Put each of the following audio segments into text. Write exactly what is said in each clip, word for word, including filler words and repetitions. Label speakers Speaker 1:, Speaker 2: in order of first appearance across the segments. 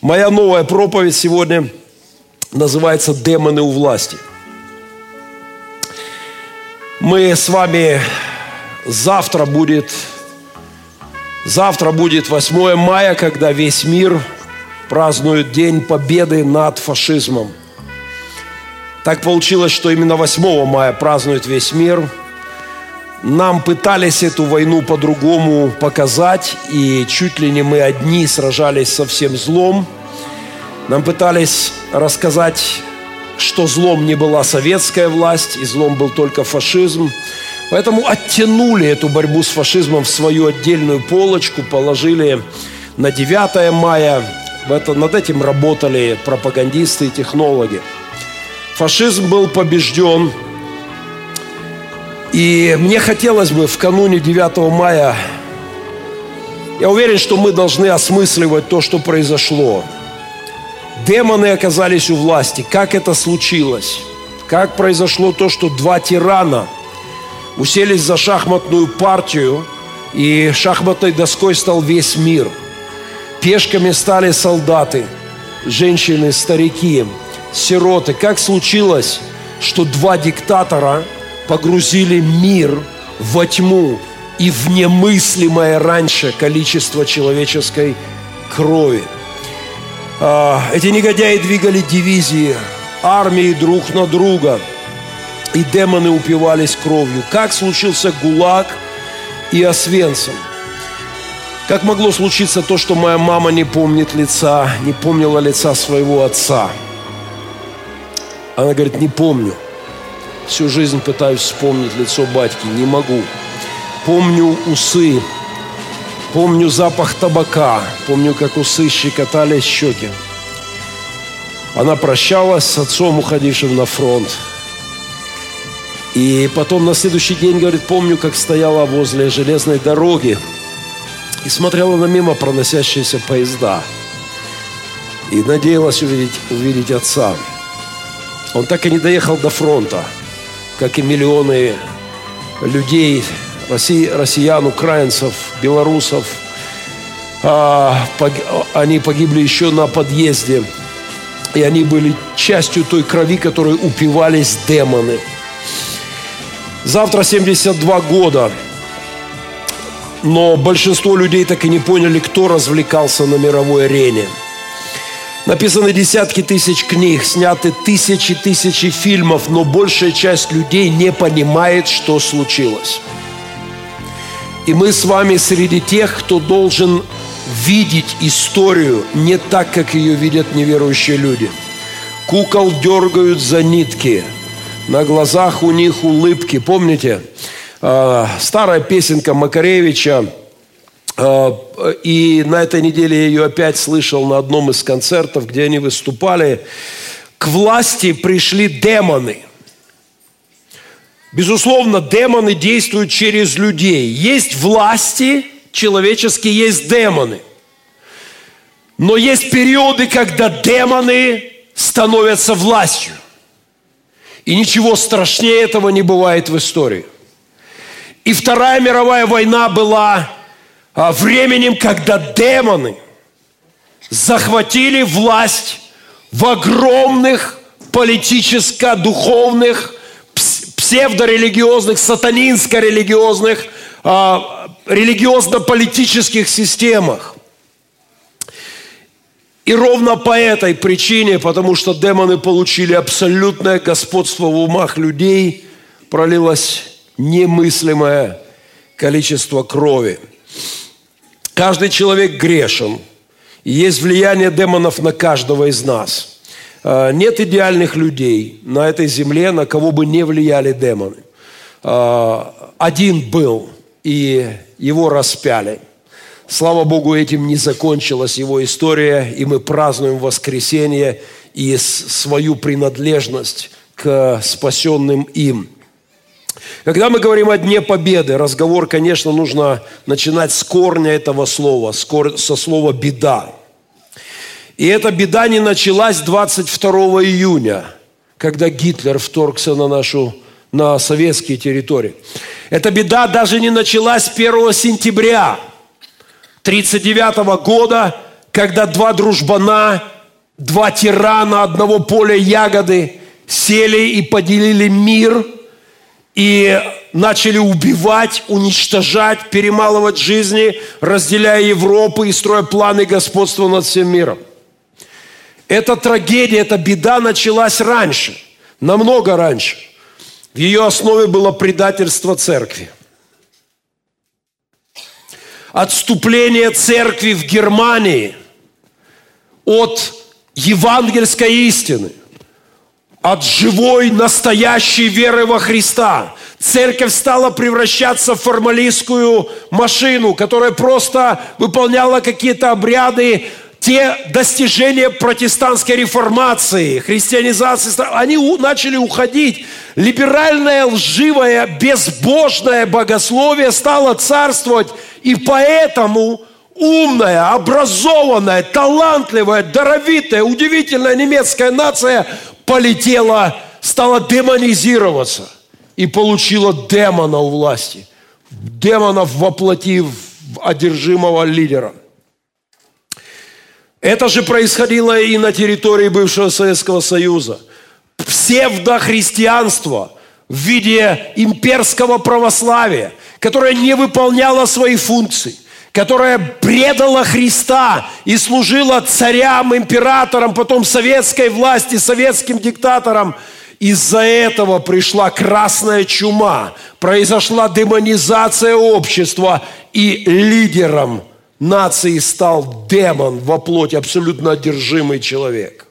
Speaker 1: Моя новая проповедь сегодня называется «Демоны у власти». Мы с вами завтра будет, завтра будет восьмое мая, когда весь мир празднует День Победы над фашизмом. Так получилось, что именно восьмого мая празднует весь мир. Нам пытались эту войну по-другому показать, и чуть ли не мы одни сражались со всем злом. Нам пытались рассказать, что злом не была советская власть, и злом был только фашизм. Поэтому оттянули эту борьбу с фашизмом в свою отдельную полочку, положили на девятое мая. Это, над этим работали пропагандисты и технологи. Фашизм был побежден. И мне хотелось бы в кануне девятого мая, я уверен, что мы должны осмысливать то, что произошло. Демоны оказались у власти. Как это случилось? Как произошло то, что два тирана уселись за шахматную партию, и шахматной доской стал весь мир. Пешками стали солдаты, женщины, старики, сироты. Как случилось, что два диктатора погрузили мир во тьму и в немыслимое раньше количество человеческой крови? Эти негодяи двигали дивизии, армии друг на друга, и демоны упивались кровью. Как случился ГУЛАГ и Освенцим? Как могло случиться то, что моя мама не помнит лица, не помнила лица своего отца? Она говорит: не помню. Всю жизнь пытаюсь вспомнить лицо батьки, не могу. Помню усы, помню запах табака, помню, как усы щекотали щеки. Она прощалась с отцом, уходившим на фронт. И потом на следующий день, говорит, помню, как стояла возле железной дороги и смотрела на мимо проносящиеся поезда. И надеялась увидеть, увидеть отца. Он так и не доехал до фронта, как и миллионы людей, россиян, украинцев, белорусов. Они погибли еще на подъезде. И они были частью той крови, которой упивались демоны. Завтра семьдесят два года. Но большинство людей так и не поняли, кто развлекался на мировой арене. Написаны десятки тысяч книг, сняты тысячи тысячи фильмов, но большая часть людей не понимает, что случилось. И мы с вами среди тех, кто должен видеть историю не так, как ее видят неверующие люди. Кукол дергают за нитки, на глазах у них улыбки. Помните, старая песенка Макаревича, и на этой неделе я ее опять слышал на одном из концертов, где они выступали. К власти пришли демоны. Безусловно, демоны действуют через людей. Есть власти человеческие, есть демоны. Но есть периоды, когда демоны становятся властью. И ничего страшнее этого не бывает в истории. И Вторая мировая война была временем, когда демоны захватили власть в огромных политическо-духовных, псевдорелигиозных, сатанинско-религиозных, религиозно-политических системах. И ровно по этой причине, потому что демоны получили абсолютное господство в умах людей, пролилось немыслимое количество крови. Каждый человек грешен. И есть влияние демонов на каждого из нас. Нет идеальных людей на этой земле, на кого бы не влияли демоны. Один был, и его распяли. Слава Богу, этим не закончилась его история, и мы празднуем воскресение и свою принадлежность к спасенным им. Когда мы говорим о Дне Победы, разговор, конечно, нужно начинать с корня этого слова, со слова «беда». И эта беда не началась двадцать второго июня, когда Гитлер вторгся на нашу, на советские территории. Эта беда даже не началась первого сентября тысяча девятьсот тридцать девятого года, когда два дружбана, два тирана одного поля ягоды сели и поделили мир, и начали убивать, уничтожать, перемалывать жизни, разделяя Европу и строя планы господства над всем миром. Эта трагедия, эта беда началась раньше, намного раньше. В ее основе было предательство церкви. Отступление церкви в Германии от евангельской истины, от живой, настоящей веры во Христа. Церковь стала превращаться в формалистскую машину, которая просто выполняла какие-то обряды, те достижения протестантской реформации, христианизации, они начали уходить. Либеральное, лживое, безбожное богословие стало царствовать, и поэтому умная, образованная, талантливая, даровитая, удивительная немецкая нация полетела, стала демонизироваться и получила демона у власти. Демонов воплотив в одержимого лидера. Это же происходило и на территории бывшего Советского Союза. Псевдохристианство в виде имперского православия, которое не выполняло свои функции, которая предала Христа и служила царям, императорам, потом советской власти, советским диктаторам. Из-за этого пришла красная чума, произошла демонизация общества, и лидером нации стал демон во плоти, абсолютно одержимый человек.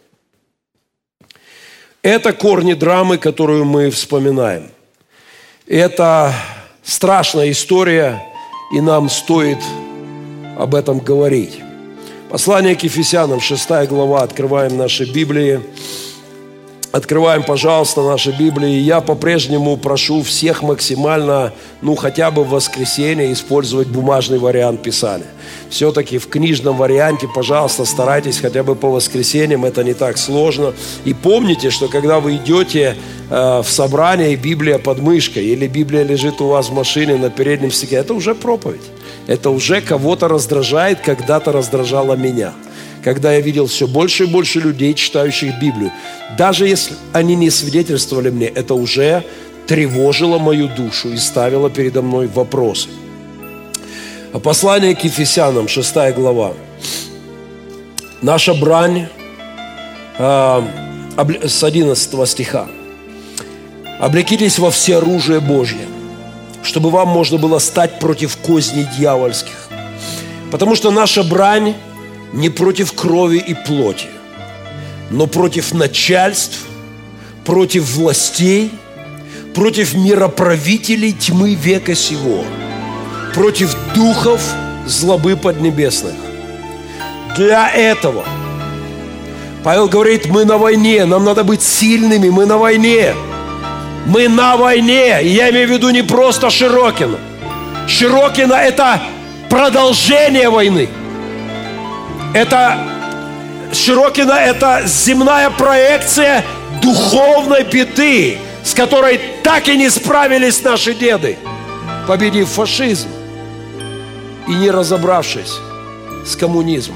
Speaker 1: Это корни драмы, которую мы вспоминаем. Это страшная история, и нам стоит об этом говорить. Послание к Ефесянам, шестая глава. Открываем наши Библии. Открываем, пожалуйста, наши Библии. Я по-прежнему прошу всех максимально, ну, хотя бы в воскресенье использовать бумажный вариант Писания. Все-таки в книжном варианте, пожалуйста, старайтесь хотя бы по воскресеньям, это не так сложно. И помните, что когда вы идете э, в собрание, и Библия под мышкой, или Библия лежит у вас в машине на переднем стекле, это уже проповедь. Это уже кого-то раздражает, когда-то раздражало меня. Когда я видел все больше и больше людей, читающих Библию. Даже если они не свидетельствовали мне, это уже тревожило мою душу и ставило передо мной вопросы. А послание к Ефесянам, шестая глава. Наша брань э, с одиннадцатого стиха. «Облекитесь во всеоружие Божье, чтобы вам можно было стать против козней дьявольских. Потому что наша брань не против крови и плоти, но против начальств, против властей, против мироправителей тьмы века сего, против духов злобы поднебесных». Для этого Павел говорит, мы на войне, нам надо быть сильными, мы на войне. Мы на войне. И я имею в виду не просто Широкино. Широкино – это продолжение войны. Это Широкино – это земная проекция духовной беды, с которой так и не справились наши деды, победив фашизм и не разобравшись с коммунизмом.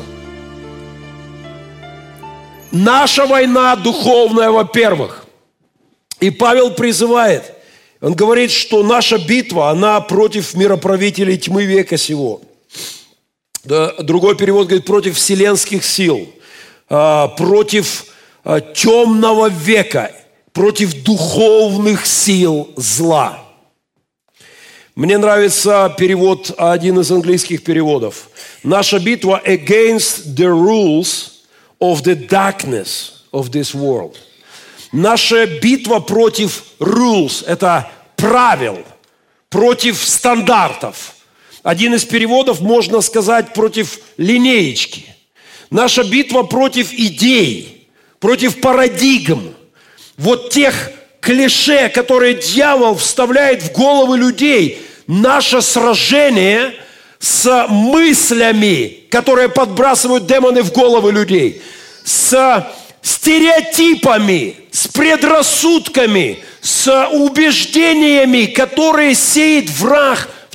Speaker 1: Наша война духовная, во-первых. И Павел призывает, он говорит, что наша битва, она против мироправителей тьмы века сего. Другой перевод говорит, против вселенских сил, против темного века, против духовных сил зла. Мне нравится перевод, один из английских переводов. Наша битва against the rules of the darkness of this world. Наша битва против rules, это правил, против стандартов. Один из переводов можно сказать против линеечки. Наша битва против идей, против парадигм. Вот тех клише, которые дьявол вставляет в головы людей. Наше сражение с мыслями, которые подбрасывают демоны в головы людей. С стереотипами, с предрассудками, с убеждениями, которые сеет враг в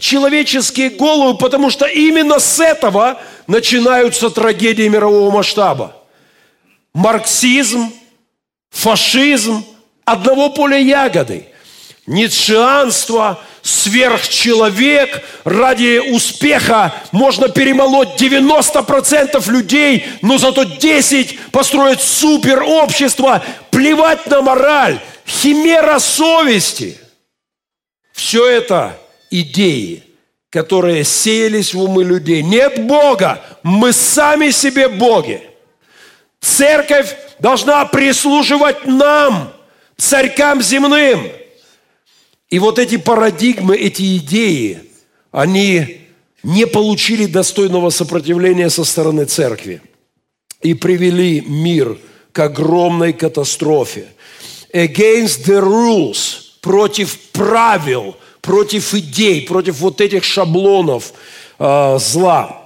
Speaker 1: человеческие головы, потому что именно с этого начинаются трагедии мирового масштаба. Марксизм, фашизм, одного поля ягоды. Ницшеанство, сверхчеловек, ради успеха можно перемолоть девяносто процентов людей, но зато десять построить суперобщество, плевать на мораль, химера совести. Все это идеи, которые сеялись в умы людей. Нет Бога, мы сами себе боги. Церковь должна прислуживать нам, царькам земным. И вот эти парадигмы, эти идеи, они не получили достойного сопротивления со стороны церкви и привели мир к огромной катастрофе. Against the rules, против правил, против идей, против вот этих шаблонов э, зла.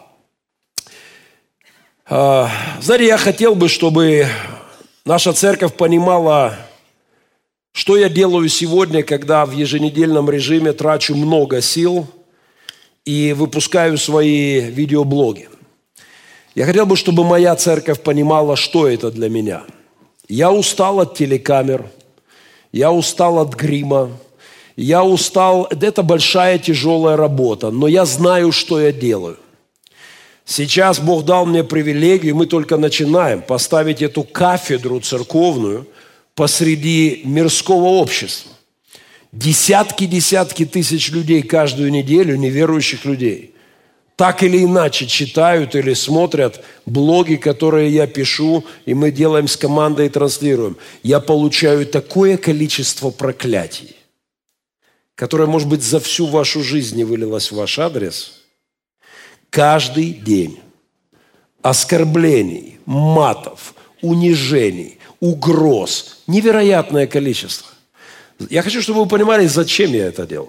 Speaker 1: Э, знаете, я хотел бы, чтобы наша церковь понимала, что я делаю сегодня, когда в еженедельном режиме трачу много сил и выпускаю свои видеоблоги. Я хотел бы, чтобы моя церковь понимала, что это для меня. Я устал от телекамер, я устал от грима, я устал, это большая тяжелая работа, но я знаю, что я делаю. Сейчас Бог дал мне привилегию, мы только начинаем поставить эту кафедру церковную посреди мирского общества. Десятки-десятки тысяч людей каждую неделю, неверующих людей, так или иначе читают или смотрят блоги, которые я пишу, и мы делаем с командой и транслируем. Я получаю такое количество проклятий, которое, может быть, за всю вашу жизнь не вылилось в ваш адрес. Каждый день оскорблений, матов, унижений, угроз. Невероятное количество. Я хочу, чтобы вы понимали, зачем я это делаю.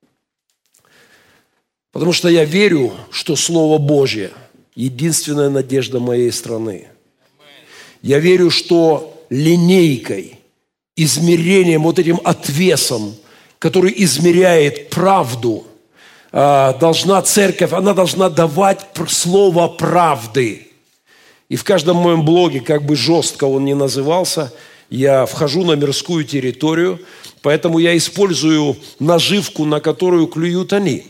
Speaker 1: Потому что я верю, что Слово Божье – единственная надежда моей страны. Я верю, что линейкой, измерением, вот этим отвесом, который измеряет правду, должна церковь, она должна давать слово правды. И в каждом моем блоге, как бы жестко он ни назывался, я вхожу на мирскую территорию, поэтому я использую наживку, на которую клюют они.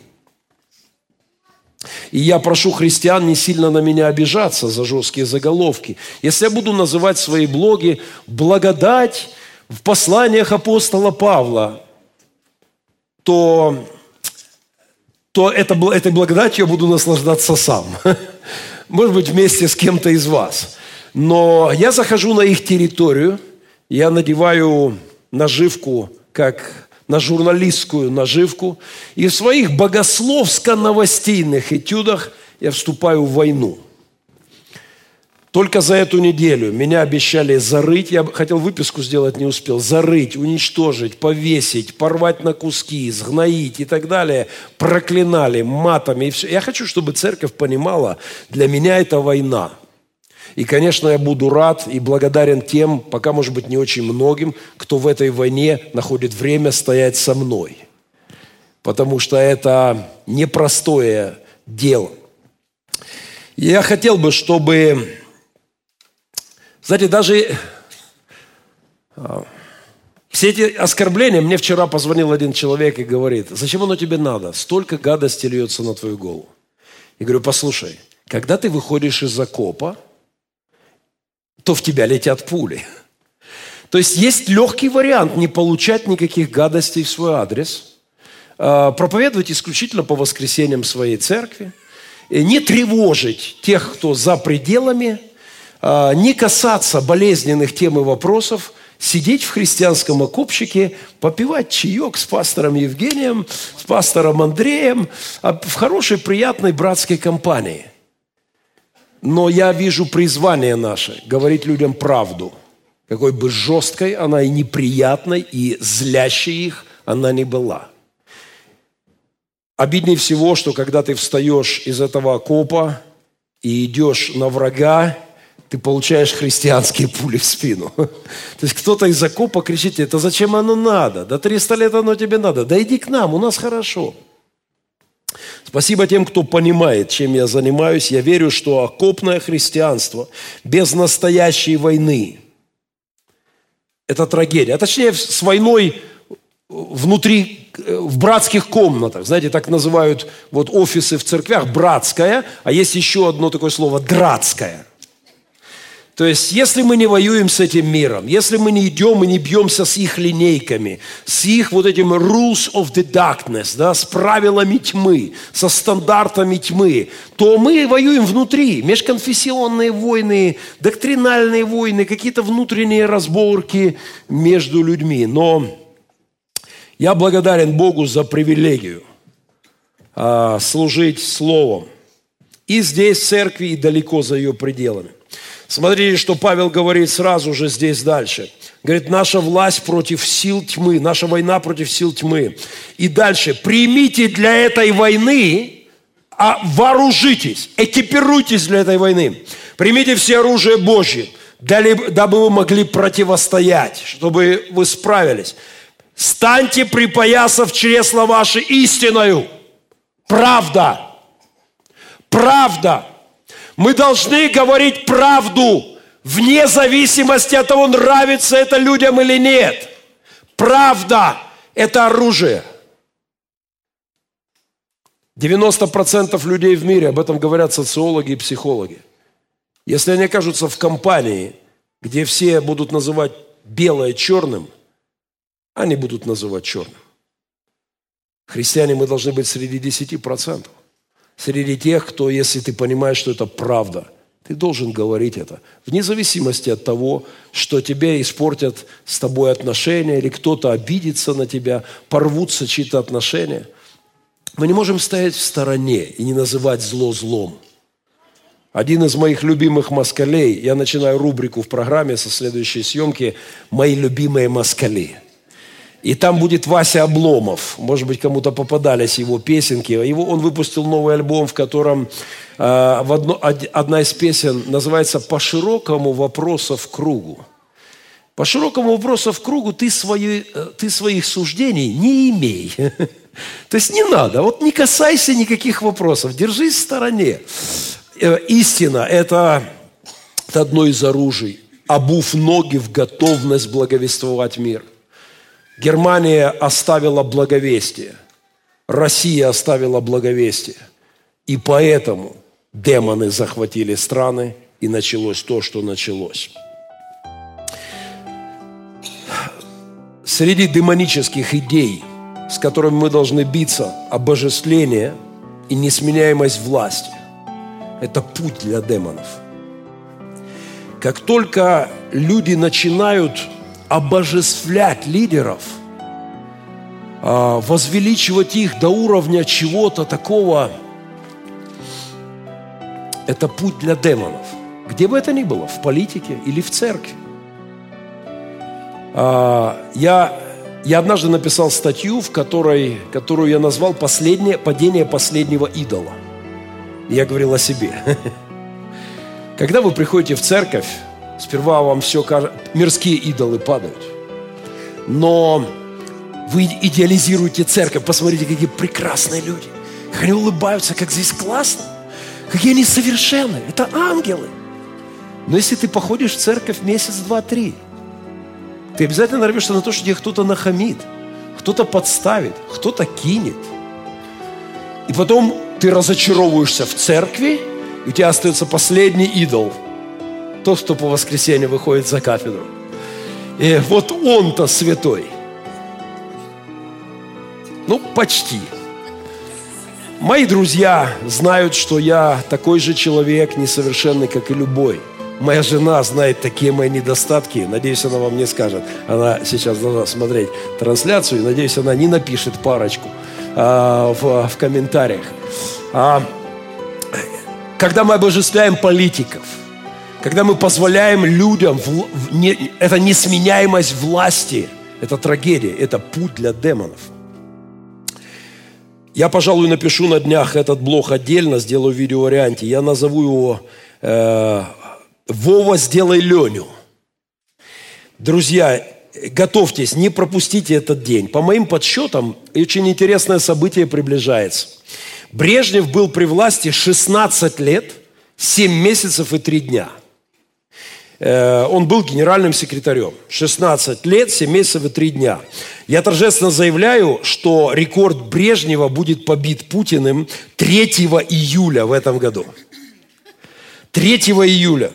Speaker 1: И я прошу христиан не сильно на меня обижаться за жесткие заголовки. Если я буду называть свои блоги «Благодать в посланиях апостола Павла», то, то это, этой благодатью я буду наслаждаться сам. Может быть, вместе с кем-то из вас. Но я захожу на их территорию, я надеваю наживку, как на журналистскую наживку, и в своих богословско-новостейных этюдах я вступаю в войну. Только за эту неделю меня обещали зарыть, я хотел выписку сделать, не успел, зарыть, уничтожить, повесить, порвать на куски, сгноить и так далее. Проклинали матами и все. Я хочу, чтобы церковь понимала, для меня это война. И, конечно, я буду рад и благодарен тем, пока, может быть, не очень многим, кто в этой войне находит время стоять со мной. Потому что это непростое дело. И я хотел бы, чтобы... Знаете, даже все эти оскорбления, мне вчера позвонил один человек и говорит, зачем оно тебе надо? Столько гадости льется на твою голову. Я говорю, послушай, когда ты выходишь из окопа, то в тебя летят пули. То есть есть легкий вариант не получать никаких гадостей в свой адрес, проповедовать исключительно по воскресеньям своей церкви, не тревожить тех, кто за пределами, не касаться болезненных тем и вопросов, сидеть в христианском окопчике, попивать чаек с пастором Евгением, с пастором Андреем, в хорошей, приятной братской компании. Но я вижу призвание наше – говорить людям правду. Какой бы жесткой она и неприятной, и злящей их она не была. Обиднее всего, что когда ты встаешь из этого окопа и идешь на врага, ты получаешь христианские пули в спину. То есть кто-то из окопа кричит, это зачем оно надо? Да триста лет оно тебе надо. Да иди к нам, у нас хорошо. Спасибо тем, кто понимает, чем я занимаюсь. Я верю, что окопное христианство без настоящей войны – это трагедия. А точнее, с войной внутри, в братских комнатах. Знаете, так называют вот офисы в церквях братская, а есть еще одно такое слово – дратская. То есть, если мы не воюем с этим миром, если мы не идем и не бьемся с их линейками, с их вот этим rules of the darkness, да, с правилами тьмы, со стандартами тьмы, то мы воюем внутри. Межконфессионные войны, доктринальные войны, какие-то внутренние разборки между людьми. Но я благодарен Богу за привилегию а, служить Словом. И здесь, в церкви, и далеко за ее пределами. Смотрите, что Павел говорит сразу же здесь дальше. Говорит, наша власть против сил тьмы, наша война против сил тьмы. И дальше, примите для этой войны, а вооружитесь, экипируйтесь для этой войны. Примите все оружие Божье, дабы вы могли противостоять, чтобы вы справились. Станьте, припоясав чресла ваши истиною. Правда. Правда. Мы должны говорить правду, вне зависимости от того, нравится это людям или нет. Правда – это оружие. девяносто процентов людей в мире, об этом говорят социологи и психологи. Если они окажутся в компании, где все будут называть белое черным, они будут называть черным. Христиане мы должны быть среди десяти процентов. Среди тех, кто, если ты понимаешь, что это правда, ты должен говорить это. Вне зависимости от того, что тебе испортят с тобой отношения, или кто-то обидится на тебя, порвутся чьи-то отношения. Мы не можем стоять в стороне и не называть зло злом. Один из моих любимых москалей, я начинаю рубрику в программе со следующей съемки «Мои любимые москали». И там будет Вася Обломов. Может быть, кому-то попадались его песенки. Его, он выпустил новый альбом, в котором э, в одно, одна из песен называется «По широкому вопросу в кругу». По широкому вопросу в кругу ты, свои, ты своих суждений не имей. То есть не надо, вот не касайся никаких вопросов, держись в стороне. Истина – это одно из оружий, обув ноги в готовность благовествовать мир. Германия оставила благовестие, Россия оставила благовестие. И поэтому демоны захватили страны, и началось то, что началось. Среди демонических идей, с которыми мы должны биться, обожествление и несменяемость власти – это путь для демонов. Как только люди начинают обожествлять лидеров, возвеличивать их до уровня чего-то такого, это путь для демонов. Где бы это ни было, в политике или в церкви. Я, я однажды написал статью, в которой, которую я назвал «Последнее, «Падение последнего идола». Я говорил о себе. Когда вы приходите в церковь, сперва вам все кажется, мирские идолы падают. Но вы идеализируете церковь. Посмотрите, какие прекрасные люди. Как они улыбаются, как здесь классно. Какие они совершенные. Это ангелы. Но если ты походишь в церковь месяц, два, три, ты обязательно нарвешься на то, что тебе кто-то нахамит, кто-то подставит, кто-то кинет. И потом ты разочаровываешься в церкви, и у тебя остается последний идол. Тот, кто по воскресенью выходит за кафедру. И вот он-то святой. Ну, почти. Мои друзья знают, что я такой же человек, несовершенный, как и любой. Моя жена знает такие мои недостатки. Надеюсь, она вам не скажет. Она сейчас должна смотреть трансляцию. И, надеюсь, она не напишет парочку а, в, в комментариях. А, когда мы обожествляем политиков, когда мы позволяем людям, в, в, не, это несменяемость власти, это трагедия, это путь для демонов. Я, пожалуй, напишу на днях этот блог отдельно, сделаю в видеоварианте. Я назову его э, «Вова, сделай Леню». Друзья, готовьтесь, не пропустите этот день. По моим подсчетам, очень интересное событие приближается. Брежнев был при власти шестнадцать лет, семь месяцев и три дня. Он был генеральным секретарем. шестнадцать лет, семь месяцев и три дня. Я торжественно заявляю, что рекорд Брежнева будет побит Путиным третьего июля в этом году. третьего июля.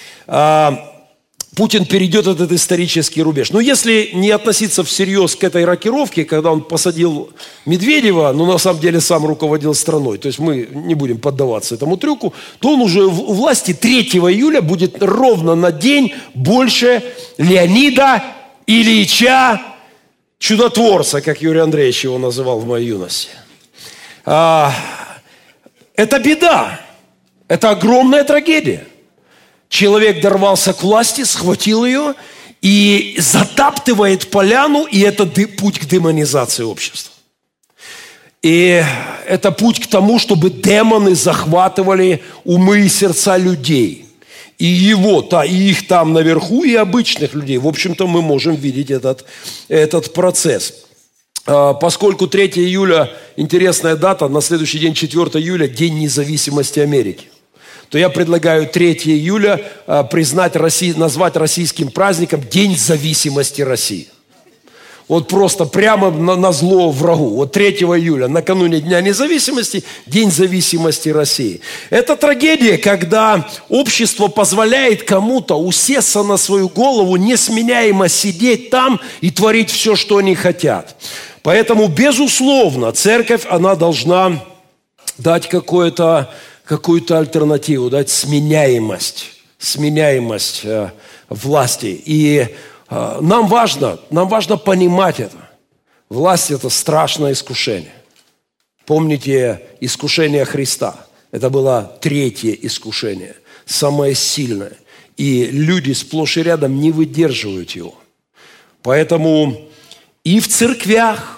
Speaker 1: Путин перейдет этот исторический рубеж. Но если не относиться всерьез к этой рокировке, когда он посадил Медведева, но на самом деле сам руководил страной, то есть мы не будем поддаваться этому трюку, то он уже у власти третьего июля будет ровно на день больше Леонида Ильича Чудотворца, как Юрий Андреевич его называл в моей юности. А, это беда. Это огромная трагедия. Человек дорвался к власти, схватил ее и затаптывает поляну, и это путь к демонизации общества. И это путь к тому, чтобы демоны захватывали умы и сердца людей. И его, та, и их там наверху, и обычных людей. В общем-то, мы можем видеть этот, этот процесс. Поскольку третьего июля интересная дата, на следующий день, четвёртого июля, День независимости Америки, то я предлагаю третьего июля признать, назвать российским праздником День зависимости России. Вот просто прямо на, на зло врагу. Вот третьего июля, накануне Дня независимости, День зависимости России. Это трагедия, когда общество позволяет кому-то усесться на свою голову, несменяемо сидеть там и творить все, что они хотят. Поэтому, безусловно, церковь, она должна дать какое-то... какую-то альтернативу, дать сменяемость, сменяемость э, власти. И э, нам важно, нам важно понимать это. Власть – это страшное искушение. Помните искушение Христа? Это было третье искушение, самое сильное. И люди сплошь и рядом не выдерживают его. Поэтому и в церквях,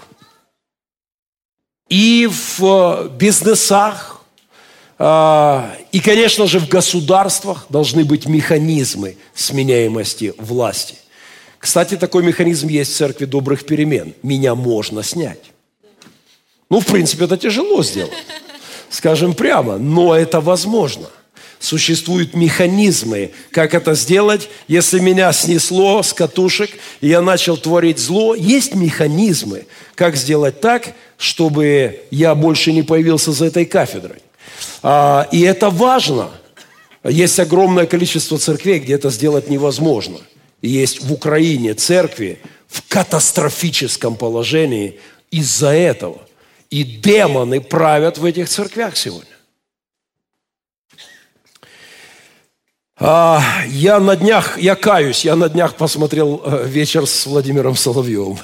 Speaker 1: и в бизнесах, и, конечно же, в государствах должны быть механизмы сменяемости власти. Кстати, такой механизм есть в Церкви Добрых Перемен. Меня можно снять. Ну, в принципе, это тяжело сделать, скажем прямо, но это возможно. Существуют механизмы, как это сделать, если меня снесло с катушек, и я начал творить зло. Есть механизмы, как сделать так, чтобы я больше не появился за этой кафедрой. А, и это важно. Есть огромное количество церквей, где это сделать невозможно. И есть в Украине церкви в катастрофическом положении из-за этого. И демоны правят в этих церквях сегодня. А, я на днях, я каюсь, я на днях посмотрел вечер с Владимиром Соловьевым.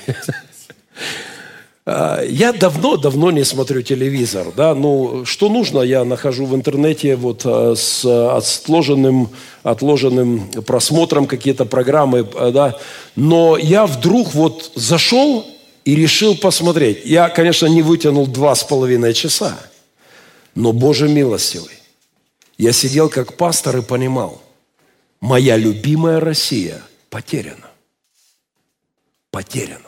Speaker 1: Я давно-давно не смотрю телевизор, да, ну, что нужно, я нахожу в интернете вот с отложенным, отложенным просмотром какие-то программы, да, но я вдруг вот зашел и решил посмотреть. Я, конечно, не вытянул два с половиной часа, но, Боже милостивый, я сидел как пастор и понимал, моя любимая Россия потеряна, потеряна.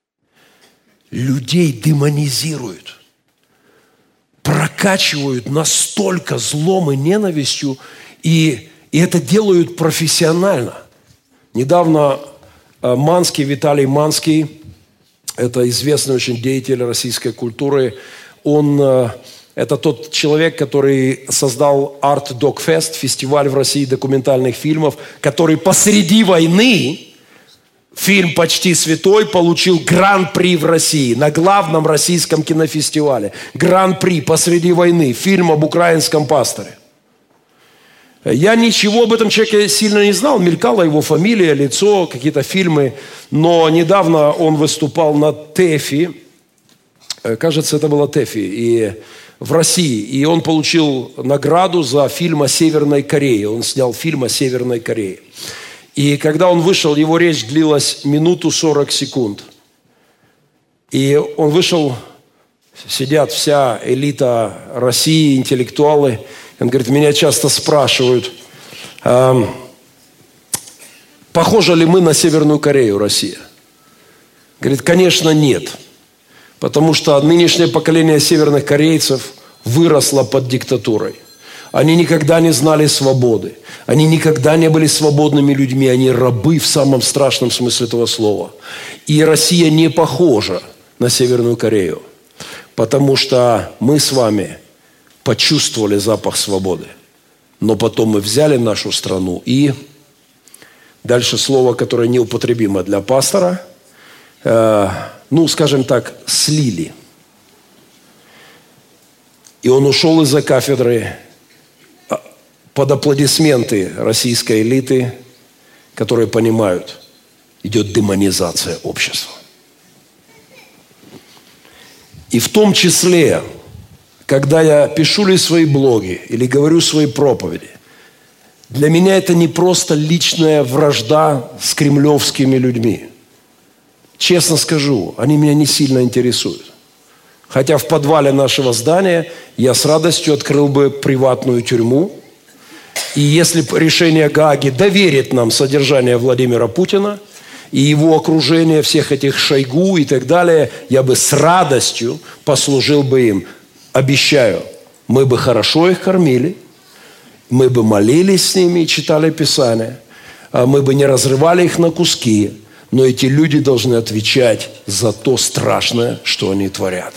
Speaker 1: Людей демонизируют, прокачивают настолько злом и ненавистью, и, и это делают профессионально. Недавно Манский, Виталий Манский, это известный очень деятель российской культуры, он, это тот человек, который создал Art Dog Fest, фестиваль в России документальных фильмов, который посреди войны... Фильм «Почти святой» получил гран-при в России на главном российском кинофестивале. Гран-при посреди войны. Фильм об украинском пасторе. Я ничего об этом человеке сильно не знал. Мелькала его фамилия, лицо, какие-то фильмы. Но недавно он выступал на ТЭФИ. Кажется, это было ТЭФИ. И в России. И он получил награду за фильм о Северной Корее. Он снял фильм о Северной Корее. И когда он вышел, его речь длилась минуту сорок секунд. И он вышел, сидят вся элита России, интеллектуалы. Он говорит, меня часто спрашивают, э, похожи ли мы на Северную Корею, Россия? Говорит, конечно, нет. Потому что нынешнее поколение северных корейцев выросла под диктатурой. Они никогда не знали свободы. Они никогда не были свободными людьми. Они рабы в самом страшном смысле этого слова. И Россия не похожа на Северную Корею, потому что мы с вами почувствовали запах свободы. Но потом мы взяли нашу страну и... Дальше слово, которое неупотребимо для пастора, э, ну, скажем так, слили. И он ушел из-за кафедры под аплодисменты российской элиты, которые понимают, идет демонизация общества. И в том числе, когда я пишу ли свои блоги или говорю свои проповеди, для меня это не просто личная вражда с кремлевскими людьми. Честно скажу, они меня не сильно интересуют. Хотя в подвале нашего здания я с радостью открыл бы приватную тюрьму. И если решение Гааги доверит нам содержание Владимира Путина и его окружение, всех этих Шойгу и так далее, я бы с радостью послужил бы им. Обещаю, мы бы хорошо их кормили, мы бы молились с ними и читали Писание, мы бы не разрывали их на куски, но эти люди должны отвечать за то страшное, что они творят.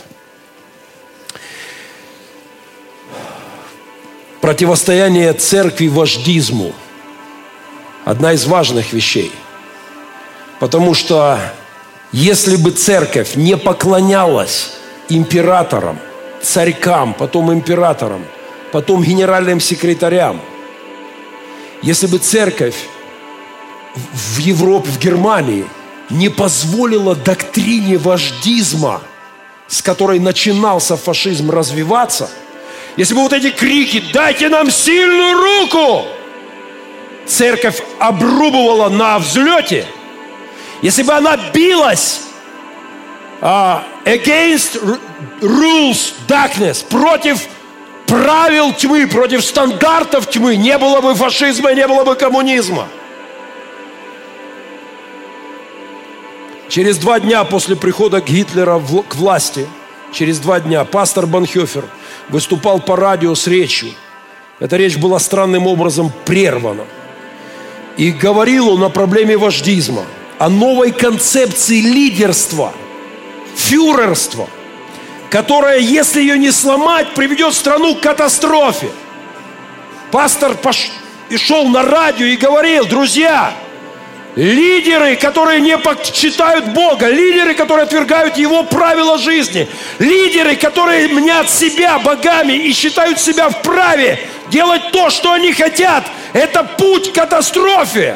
Speaker 1: Противостояние церкви вождизму – одна из важных вещей. Потому что если бы церковь не поклонялась императорам, царькам, потом императорам, потом генеральным секретарям, если бы церковь в Европе, в Германии не позволила доктрине вождизма, с которой начинался фашизм, развиваться, если бы вот эти крики «дайте нам сильную руку!» церковь обрубывала на взлете, если бы она билась uh, against rules darkness, против правил тьмы, против стандартов тьмы, не было бы фашизма, не было бы коммунизма. Через два дня после прихода Гитлера к власти, через два дня пастор Бонхофер выступал по радио с речью. Эта речь была странным образом прервана. И говорил он о проблеме вождизма, о новой концепции лидерства, фюрерства, которая, если ее не сломать, приведет страну к катастрофе. Пастор пош... и шел на радио и говорил: друзья, лидеры, которые не почитают Бога, лидеры, которые отвергают Его правила жизни, лидеры, которые мнят себя богами и считают себя вправе делать то, что они хотят, это путь к катастрофе.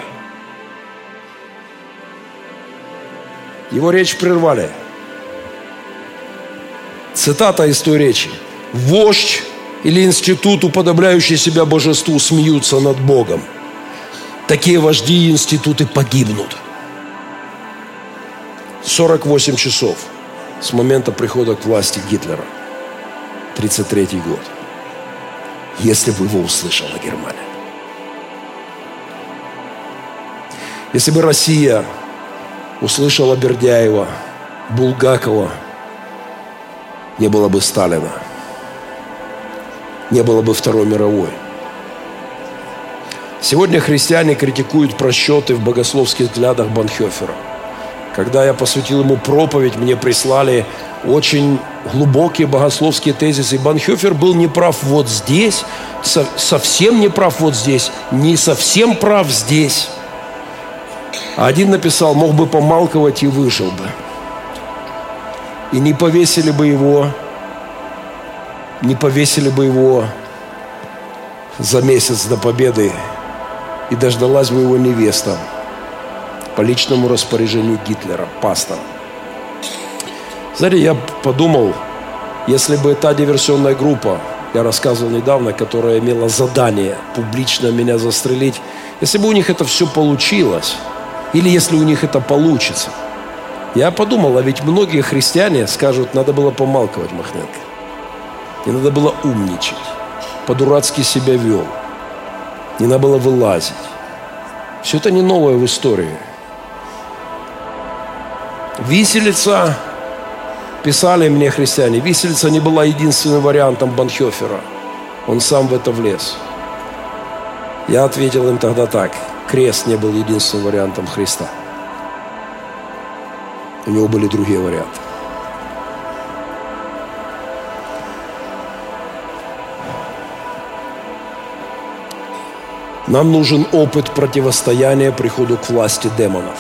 Speaker 1: Его речь прервали. Цитата из той речи: «Вождь или институт, уподобляющий себя божеству, смеются над Богом. Такие вожди и институты погибнут». сорок восемь часов с момента прихода к власти Гитлера. тридцать третий год. Если бы его услышала Германия. Если бы Россия услышала Бердяева, Булгакова, не было бы Сталина, не было бы Второй мировой. Сегодня христиане критикуют просчеты в богословских взглядах Бонхофера. Когда я посвятил ему проповедь, мне прислали очень глубокие богословские тезисы. Бонхофер был неправ вот здесь, со- совсем неправ вот здесь, не совсем прав здесь. А один написал: мог бы помалковать и выжил бы. И не повесили бы его, не повесили бы его за месяц до победы, и дождалась бы его невеста по личному распоряжению Гитлера, пастора. Знаете, я подумал, если бы та диверсионная группа, я рассказывал недавно, которая имела задание публично меня застрелить, если бы у них это все получилось, или если у них это получится, я подумал, а ведь многие христиане скажут: надо было помалковать Махненко, не надо было умничать, по-дурацки себя вел, не надо было вылазить. Все это не новое в истории. Виселица Писали мне христиане, виселица не была единственным вариантом Бонхофера. Он сам в это влез. Я ответил им тогда так. Крест не был единственным вариантом Христа. У него были другие варианты. Нам нужен опыт противостояния приходу к власти демонов.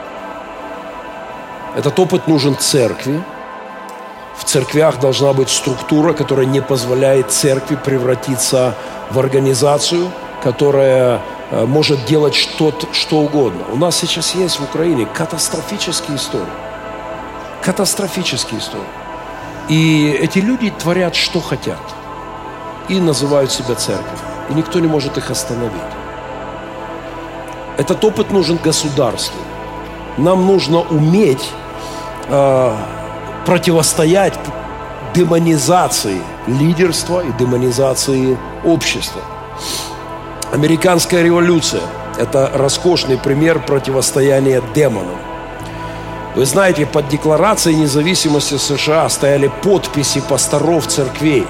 Speaker 1: Этот опыт нужен церкви. В церквях должна быть структура, которая не позволяет церкви превратиться в организацию, которая может делать что-то, что угодно. У нас сейчас есть в Украине катастрофические истории. Катастрофические истории. И эти люди творят, что хотят. И называют себя церковью. И никто не может их остановить. Этот опыт нужен государству. Нам нужно уметь э, противостоять демонизации лидерства и демонизации общества. Американская революция – это роскошный пример противостояния демонам. Вы знаете, под Декларацией независимости США стояли подписи пасторов церквей.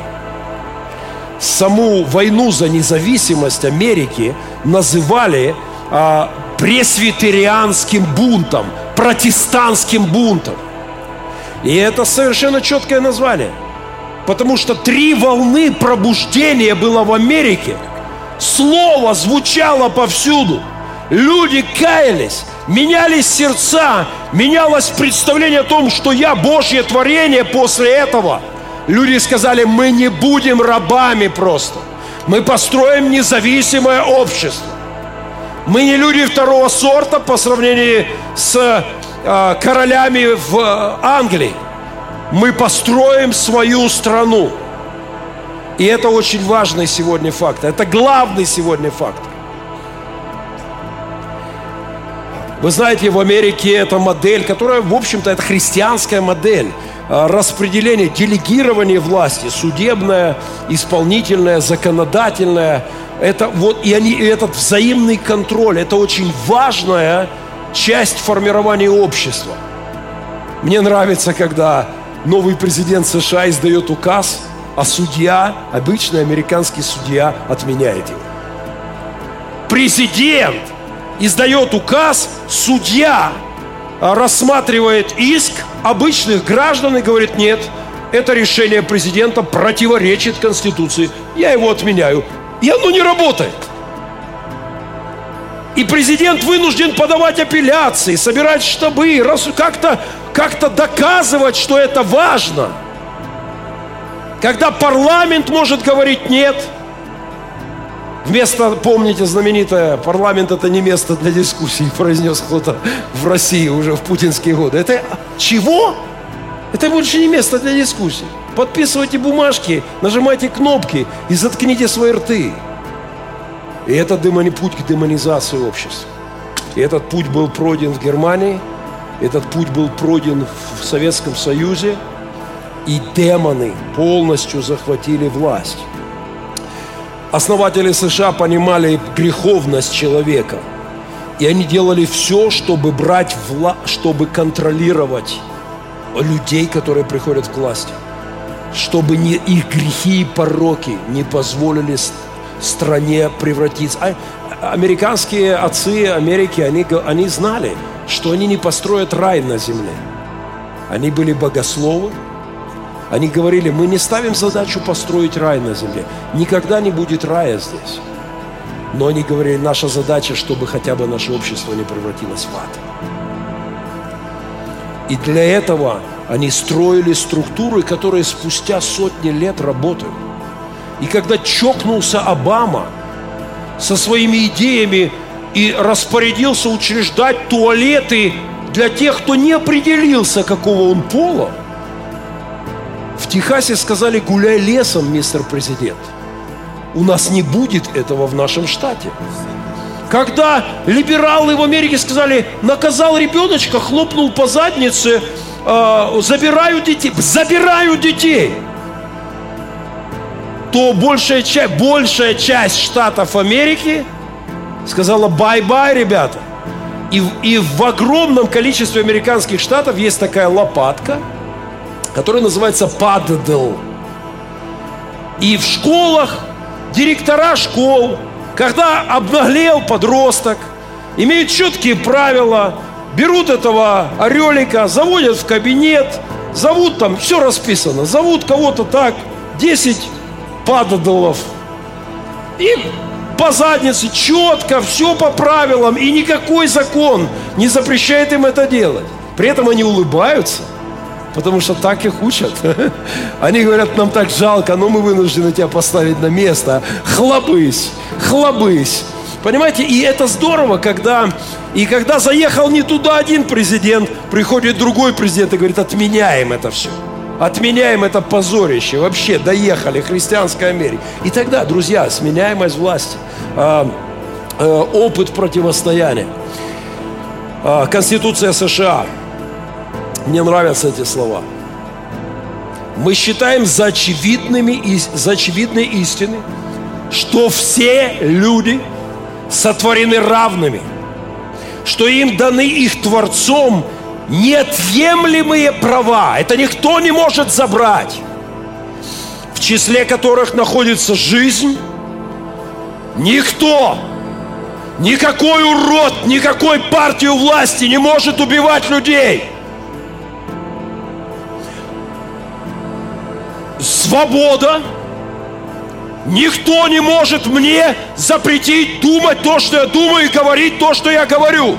Speaker 1: Саму войну за независимость Америки называли а, пресвитерианским бунтом, протестантским бунтом. И это совершенно четкое название. Потому что три волны пробуждения было в Америке. Слово звучало повсюду. Люди каялись, менялись сердца, менялось представление о том, что я Божье творение после этого. Люди сказали, мы не будем рабами просто. Мы построим независимое общество. Мы не люди второго сорта по сравнению с э, королями в э, Англии. Мы построим свою страну. И это очень важный сегодня фактор. Это главный сегодня фактор. Вы знаете, в Америке это модель, которая, в общем-то, это христианская модель. Распределение, делегирование власти, судебная, исполнительная, законодательная. Это вот, и, они, и этот взаимный контроль, это очень важная часть формирования общества. Мне нравится, когда новый президент США издает указ, а судья, обычный американский судья, отменяет его. Президент издает указ, судья рассматривает иск обычных граждан и говорит, нет, это решение президента противоречит Конституции, я его отменяю. И оно не работает. И президент вынужден подавать апелляции, собирать штабы, как-то, как-то доказывать, что это важно. Когда парламент может говорить нет, вместо, помните, знаменитое, парламент это не место для дискуссий, произнес кто-то в России уже в путинские годы. Это чего? Это больше не место для дискуссий. Подписывайте бумажки, нажимайте кнопки и заткните свои рты. И это путь к демонизации общества. И этот путь был пройден в Германии, этот путь был пройден в Советском Союзе, и демоны полностью захватили власть. Основатели США понимали греховность человека, и они делали все, чтобы брать вла... чтобы контролировать людей, которые приходят к власти, чтобы не их грехи и пороки не позволили стране превратиться. А американские отцы Америки, они, они знали, что они не построят рай на земле. Они были богословы. Они говорили, мы не ставим задачу построить рай на земле. Никогда не будет рая здесь. Но они говорили, наша задача, чтобы хотя бы наше общество не превратилось в ад. И для этого они строили структуры, которые спустя сотни лет работают. И когда чокнулся Обама со своими идеями и распорядился учреждать туалеты для тех, кто не определился, какого он пола, в Техасе сказали, гуляй лесом, мистер президент. У нас не будет этого в нашем штате. Когда либералы в Америке сказали, наказал ребеночка, хлопнул по заднице, э, забираю детей, забираю детей, то большая часть, большая часть штатов Америки сказала, бай-бай, ребята. И, и в огромном количестве американских штатов есть такая лопатка, который называется «паддл». И в школах директора школ, когда обнаглел подросток, имеют четкие правила, берут этого орелика, заводят в кабинет, зовут там, все расписано, зовут кого-то так, десять паддалов. И по заднице четко, все по правилам, и никакой закон не запрещает им это делать. При этом они улыбаются, потому что так их учат. Они говорят: нам так жалко, но мы вынуждены тебя поставить на место. Хлобысь, хлобысь. Понимаете, и это здорово, когда, и когда заехал не туда один президент, приходит другой президент и говорит: отменяем это все. Отменяем это позорище. Вообще доехали христианской Америки. И тогда, друзья, сменяемость власти, э, э, опыт противостояния. Э, Конституция США. Мне нравятся эти слова. Мы считаем за, очевидными, за очевидной истиной, что все люди сотворены равными, что им даны их Творцом неотъемлемые права. Это никто не может забрать, в числе которых находится жизнь. Никто, никакой урод, никакой партии у власти не может убивать людей. Свобода. Никто не может мне запретить думать то, что я думаю, и говорить то, что я говорю.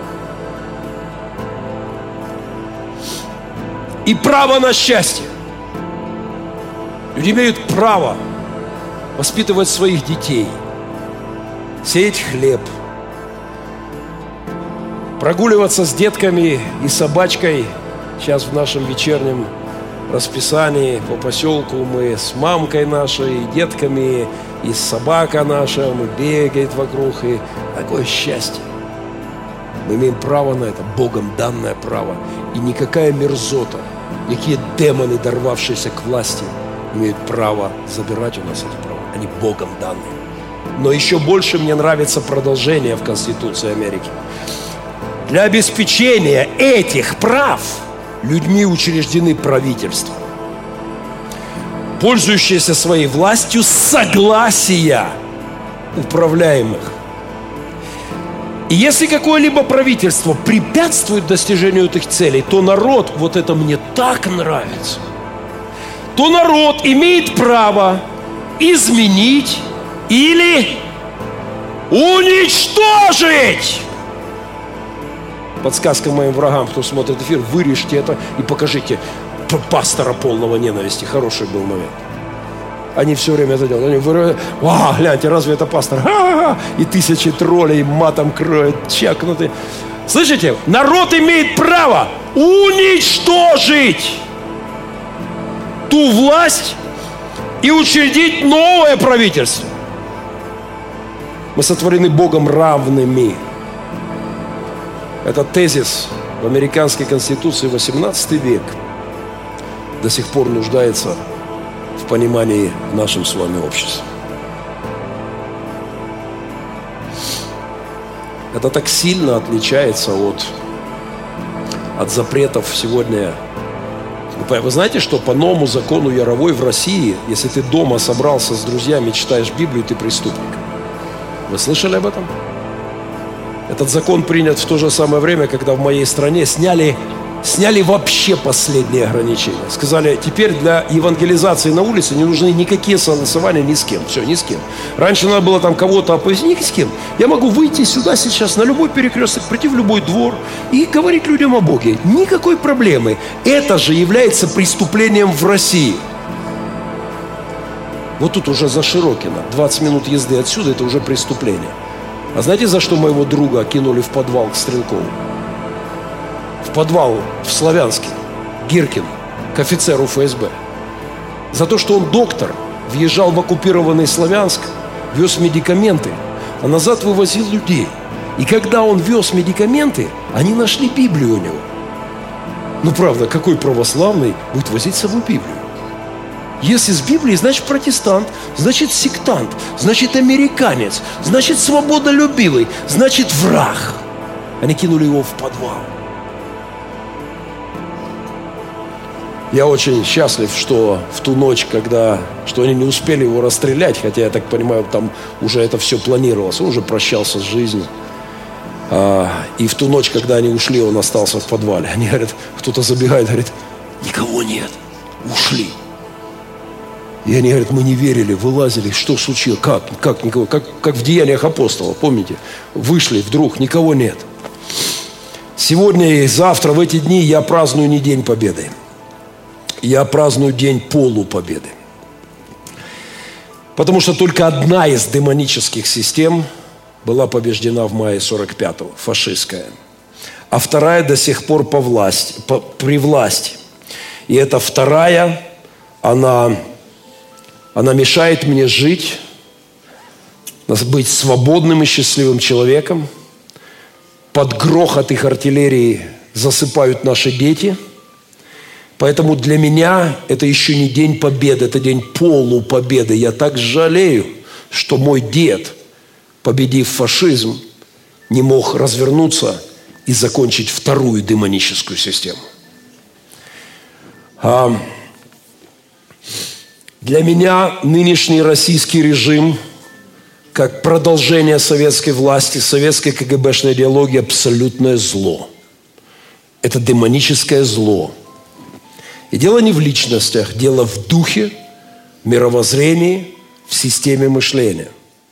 Speaker 1: И право на счастье. Люди имеют право воспитывать своих детей, сеять хлеб, прогуливаться с детками и собачкой. Сейчас в нашем вечернем расписании по поселку мы с мамкой нашей, и детками, и собака наша, мы бегает вокруг, и такое счастье. Мы имеем право на это, Богом данное право. И никакая мерзота, никакие демоны, дорвавшиеся к власти, имеют право забирать у нас эти права. Они Богом данные. Но еще больше мне нравится продолжение в Конституции Америки. Для обеспечения этих прав людьми учреждены правительства, пользующиеся своей властью с согласия управляемых. И если какое-либо правительство препятствует достижению этих целей, то народ, вот это мне так нравится, то народ имеет право изменить или уничтожить. Подсказка моим врагам, кто смотрит эфир: вырежьте это и покажите пастора полного ненависти. Хороший был момент. Они все время это делают. Они вырывают: «Ва, гляньте, разве это пастор?» Ха-ха-ха! И тысячи троллей матом кроют, чекнуты. Слышите? Народ имеет право уничтожить ту власть и учредить новое правительство. Мы сотворены Богом равными. Этот тезис в американской конституции восемнадцатый век до сих пор нуждается в понимании в нашем с вами обществе. Это так сильно отличается от, от запретов сегодня. Вы знаете, что по новому закону Яровой в России, если ты дома собрался с друзьями, читаешь Библию, ты преступник. Вы слышали об этом? Этот закон принят в то же самое время, когда в моей стране сняли, сняли вообще последние ограничения. Сказали: теперь для евангелизации на улице не нужны никакие согласования ни с кем. Все, ни с кем. Раньше надо было там кого-то оповестить, ни с кем. Я могу выйти сюда сейчас на любой перекресток, прийти в любой двор и говорить людям о Боге. Никакой проблемы. Это же является преступлением в России. Вот тут уже за Широкино, двадцать минут езды отсюда, это уже преступление. А знаете, за что моего друга кинули в подвал к Стрелкову? В подвал в Славянске, Гиркин, к офицеру эф эс бэ. За то, что он доктор, въезжал в оккупированный Славянск, вез медикаменты, а назад вывозил людей. И когда он вез медикаменты, они нашли Библию у него. Ну, правда, какой православный будет возить с собой Библию? Если с Библией, значит протестант, значит сектант, значит американец, значит свободолюбивый, значит враг. Они кинули его в подвал. Я очень счастлив, что в ту ночь, когда, что они не успели его расстрелять, хотя, я так понимаю, там уже это все планировалось, он уже прощался с жизнью. А, и в ту ночь, когда они ушли, он остался в подвале. Они говорят, кто-то забегает, говорит, никого нет, ушли. И они говорят, мы не верили, вылазили, что случилось, как, как никого, как, как в Деяниях апостолов, помните? Вышли, вдруг никого нет. Сегодня и завтра, в эти дни, я праздную не День Победы. Я праздную день полупобеды. Потому что только одна из демонических систем была побеждена в мае сорок пятого, фашистская. А вторая до сих пор по власти, по, при власти. И эта вторая, она, она мешает мне жить, быть свободным и счастливым человеком. Под грохот их артиллерии засыпают наши дети. Поэтому для меня это еще не день победы, это день полупобеды. Я так жалею, что мой дед, победив фашизм, не мог развернуться и закончить вторую демоническую систему. А для меня нынешний российский режим, как продолжение советской власти, советской КГБшной идеологии, абсолютное зло. Это демоническое зло. И дело не в личностях, дело в духе, мировоззрении, в системе мышления.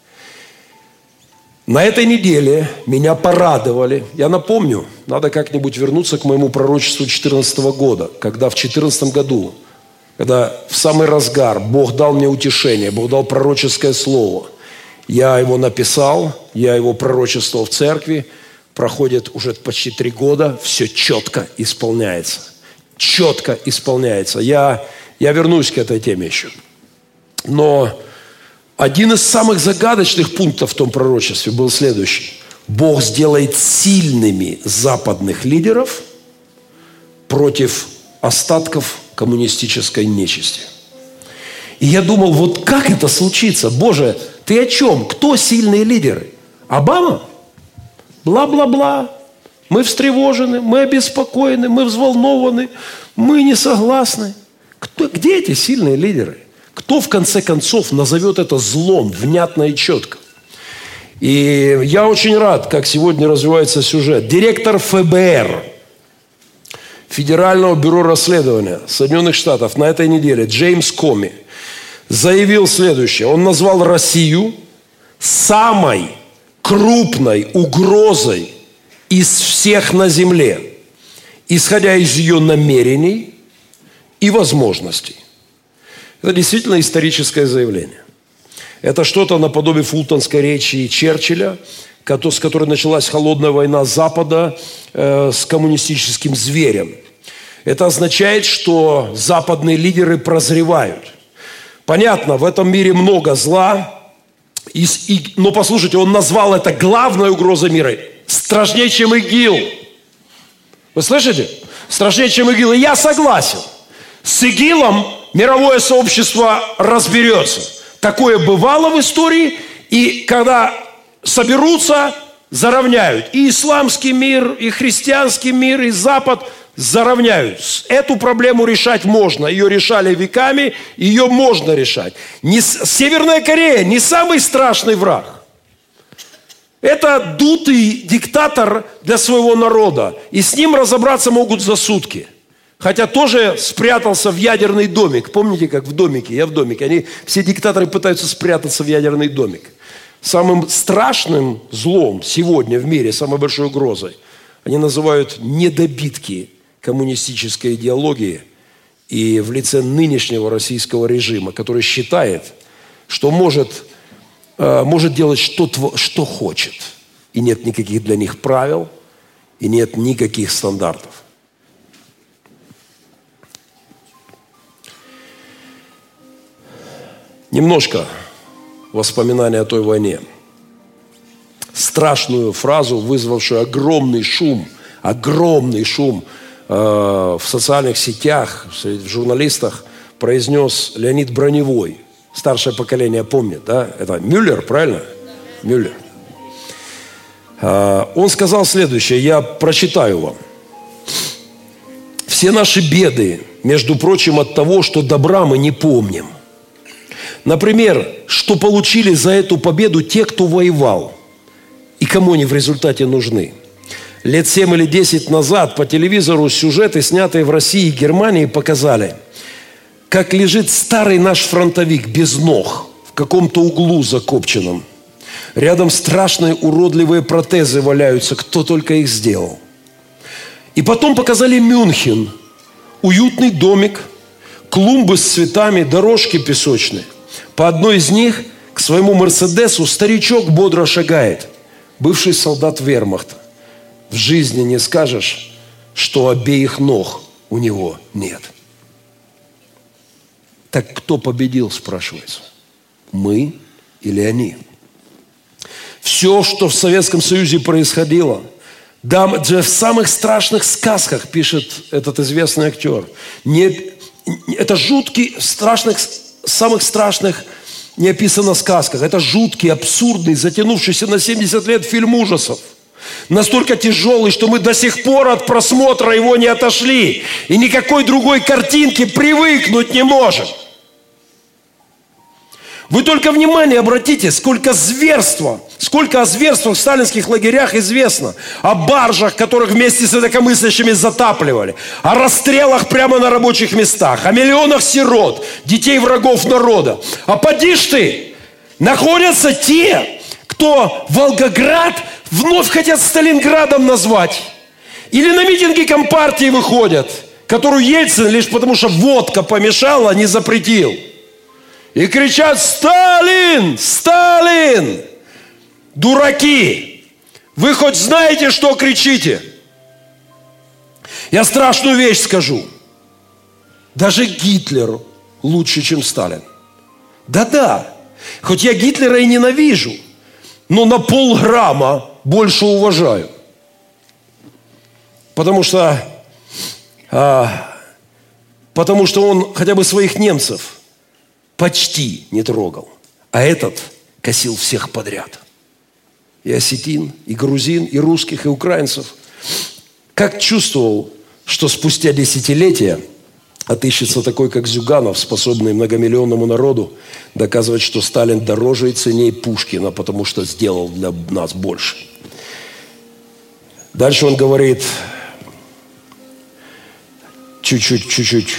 Speaker 1: На этой неделе меня порадовали. Я напомню, надо как-нибудь вернуться к моему пророчеству две тысячи четырнадцатого года, когда в две тысячи четырнадцатом году, когда в самый разгар Бог дал мне утешение, Бог дал пророческое слово. Я его написал, я его пророчествовал в церкви, проходит уже почти три года, все четко исполняется. Четко исполняется. Я, я вернусь к этой теме еще. Но один из самых загадочных пунктов в том пророчестве был следующий. Бог сделает сильными западных лидеров против остатков коммунистической нечисти. И я думал, вот как это случится? Боже, ты о чем? Кто сильные лидеры? Обама? Бла-бла-бла. Мы встревожены, мы обеспокоены, мы взволнованы, мы не согласны. Кто, где эти сильные лидеры? Кто, в конце концов, назовет это злом внятно и четко? И я очень рад, как сегодня развивается сюжет. Директор ФБР, Федерального бюро расследования Соединенных Штатов на этой неделе, Джеймс Коми, заявил следующее. Он назвал Россию самой крупной угрозой из всех на земле, исходя из ее намерений и возможностей. Это действительно историческое заявление. Это что-то наподобие фултонской речи Черчилля, с которой началась холодная война Запада э, с коммунистическим зверем. Это означает, что западные лидеры прозревают. Понятно, в этом мире много зла, и, и, но послушайте, он назвал это главной угрозой мира. Страшнее, чем ИГИЛ. Вы слышите? Страшнее, чем ИГИЛ. И я согласен. С ИГИЛом мировое сообщество разберется. Такое бывало в истории. И когда соберутся, заровняют. И исламский мир, и христианский мир, и Запад заровняют. Эту проблему решать можно. Ее решали веками, ее можно решать. Не, Северная Корея не самый страшный враг. Это дутый диктатор для своего народа. И с ним разобраться могут за сутки. Хотя тоже спрятался в ядерный домик. Помните, как в домике? Я в домике. Они, все диктаторы пытаются спрятаться в ядерный домик. Самым страшным злом сегодня в мире, самой большой угрозой, они называют недобитки коммунистической идеологии и в лице нынешнего российского режима, который считает, что может... может делать что, что хочет. И нет никаких для них правил, и нет никаких стандартов. Немножко воспоминания о той войне. Страшную фразу, вызвавшую огромный шум, огромный шум э, в социальных сетях, в журналистах, произнес Леонид Броневой. Старшее поколение помнит, да? Это Мюллер, правильно? Мюллер. Он сказал следующее, я прочитаю вам. Все наши беды между прочим, от того, что добра мы не помним. Например, что получили за эту победу те, кто воевал, и кому они в результате нужны. Лет семь или десять назад по телевизору сюжеты, снятые в России и Германии, показали, как лежит старый наш фронтовик без ног в каком-то углу закопченном. Рядом страшные уродливые протезы валяются, кто только их сделал. И потом показали Мюнхен. Уютный домик, клумбы с цветами, дорожки песочные. По одной из них к своему Мерседесу старичок бодро шагает. Бывший солдат вермахта. В жизни не скажешь, что обеих ног у него нет. Так кто победил, спрашивается? Мы или они? Все, что в Советском Союзе происходило, да, в самых страшных сказках, пишет этот известный актер, не, это жуткий, страшных, самых страшных не описано в сказках. Это жуткий, абсурдный, затянувшийся на семьдесят лет фильм ужасов. Настолько тяжелый, что мы до сих пор от просмотра его не отошли. И никакой другой картинки привыкнуть не можем. Вы только внимание обратите, сколько зверства, сколько о зверствах в сталинских лагерях известно. О баржах, которых вместе с инакомыслящими затапливали. О расстрелах прямо на рабочих местах. О миллионах сирот, детей врагов народа. А поди ж ты, находятся те, кто Волгоград вновь хотят Сталинградом назвать. Или на митинги Компартии выходят, которую Ельцин лишь потому, что водка помешала, не запретил. И кричат: «Сталин! Сталин!» Дураки! Вы хоть знаете, что кричите? Я страшную вещь скажу. Даже Гитлер лучше, чем Сталин. Да-да, хоть я Гитлера и ненавижу, но на полграмма больше уважаю. Потому что, а, потому что он хотя бы своих немцев почти не трогал. А этот косил всех подряд. И осетин, и грузин, и русских, и украинцев. Как чувствовал, что спустя десятилетия отыщется такой, как Зюганов, способный многомиллионному народу доказывать, что Сталин дороже и ценней Пушкина, потому что сделал для нас больше. Дальше он говорит, чуть-чуть, чуть-чуть,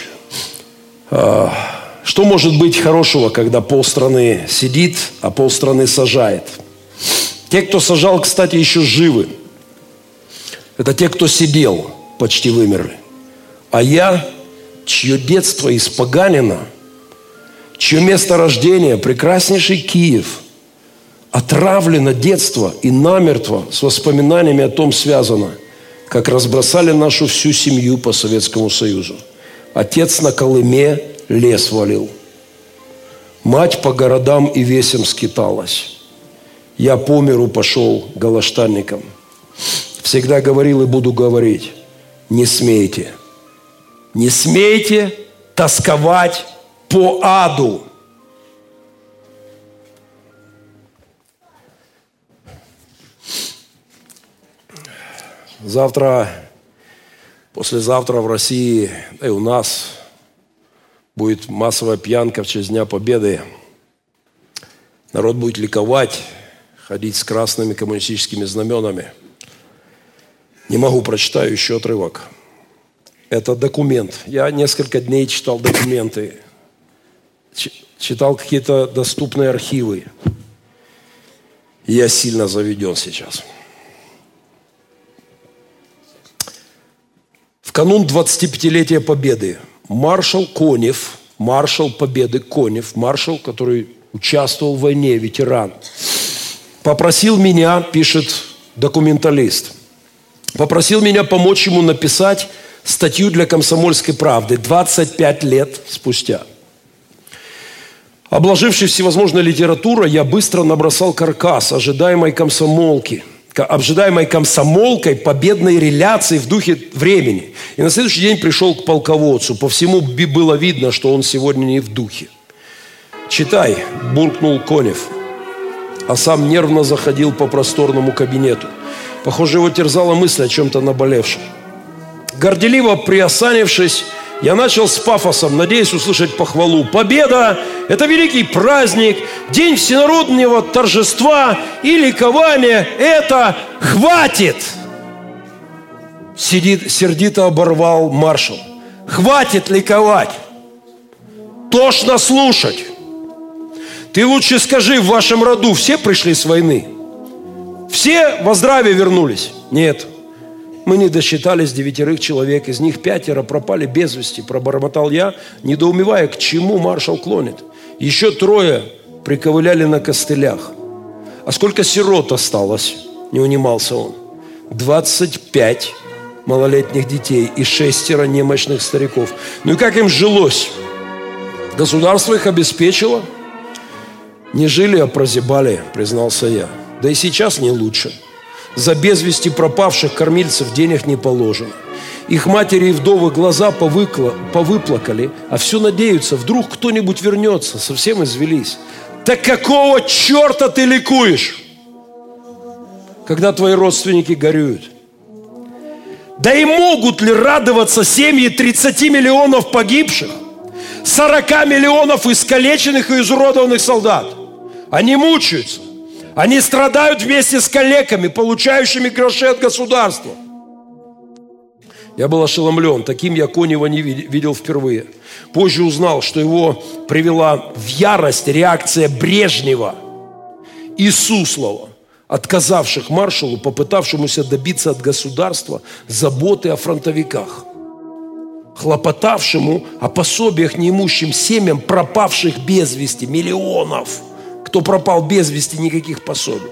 Speaker 1: что может быть хорошего, когда полстраны сидит, а полстраны сажает? Те, кто сажал, кстати, еще живы. Это те, кто сидел, почти вымерли. А я, чье детство испоганено, чье место рождения прекраснейший Киев, отравлено детство и намертво с воспоминаниями о том связано, как разбросали нашу всю семью по Советскому Союзу. Отец на Колыме лес валил. Мать по городам и весям скиталась. Я по миру пошел галаштанником. Всегда говорил и буду говорить: не смейте, не смейте тосковать по аду. Завтра, послезавтра в России, да и у нас будет массовая пьянка в честь Дня Победы. Народ будет ликовать, ходить с красными коммунистическими знаменами. Не могу, прочитаю еще отрывок. Это документ. Я несколько дней читал документы, читал какие-то доступные архивы. И я сильно заведен сейчас. В канун двадцатипятилетия Победы маршал Конев, маршал Победы Конев, маршал, который участвовал в войне, ветеран, попросил меня, пишет документалист, попросил меня помочь ему написать статью для «Комсомольской правды» двадцать пять лет спустя. Обложившись всевозможной литературой, я быстро набросал каркас ожидаемой комсомолки, ожидаемой комсомолкой победной реляции в духе времени. И на следующий день пришел к полководцу. По всему было видно, что он сегодня не в духе. «Читай», – буркнул Конев, а сам нервно заходил по просторному кабинету. Похоже, его терзала мысль о чем-то наболевшем. Горделиво приосанившись, Я начал с пафосом, надеясь услышать похвалу. Победа – это великий праздник, день всенародного торжества и ликования. Это хватит! Сидит, сердито оборвал маршал. Хватит ликовать! Тошно слушать! Ты лучше скажи, в вашем роду все пришли с войны? Все во здравие вернулись? Нет. Мы не досчитались девятерых человек, из них пятеро пропали без вести, пробормотал я, недоумевая, к чему маршал клонит. Еще трое приковыляли на костылях. А сколько сирот осталось? Не унимался он. Двадцать пять малолетних детей и шестеро немощных стариков. Ну и как им жилось? Государство их обеспечило? Не жили, а прозябали, признался я. Да и сейчас не лучше. За без вести пропавших кормильцев денег не положено. Их матери и вдовы глаза повыкла, повыплакали, а все надеются, вдруг кто-нибудь вернется, совсем извелись. Так какого черта ты ликуешь, когда твои родственники горюют? Да и могут ли радоваться семьи тридцати миллионов погибших, сорока миллионов искалеченных и изуродованных солдат? Они мучаются. Они страдают вместе с калеками, получающими гроши от государства. Я был ошеломлен. Таким я Конева не видел впервые. Позже узнал, что его привела в ярость реакция Брежнева и Суслова, отказавших маршалу, попытавшемуся добиться от государства заботы о фронтовиках, хлопотавшему о пособиях неимущим семьям пропавших без вести миллионов. Кто пропал без вести, никаких пособий.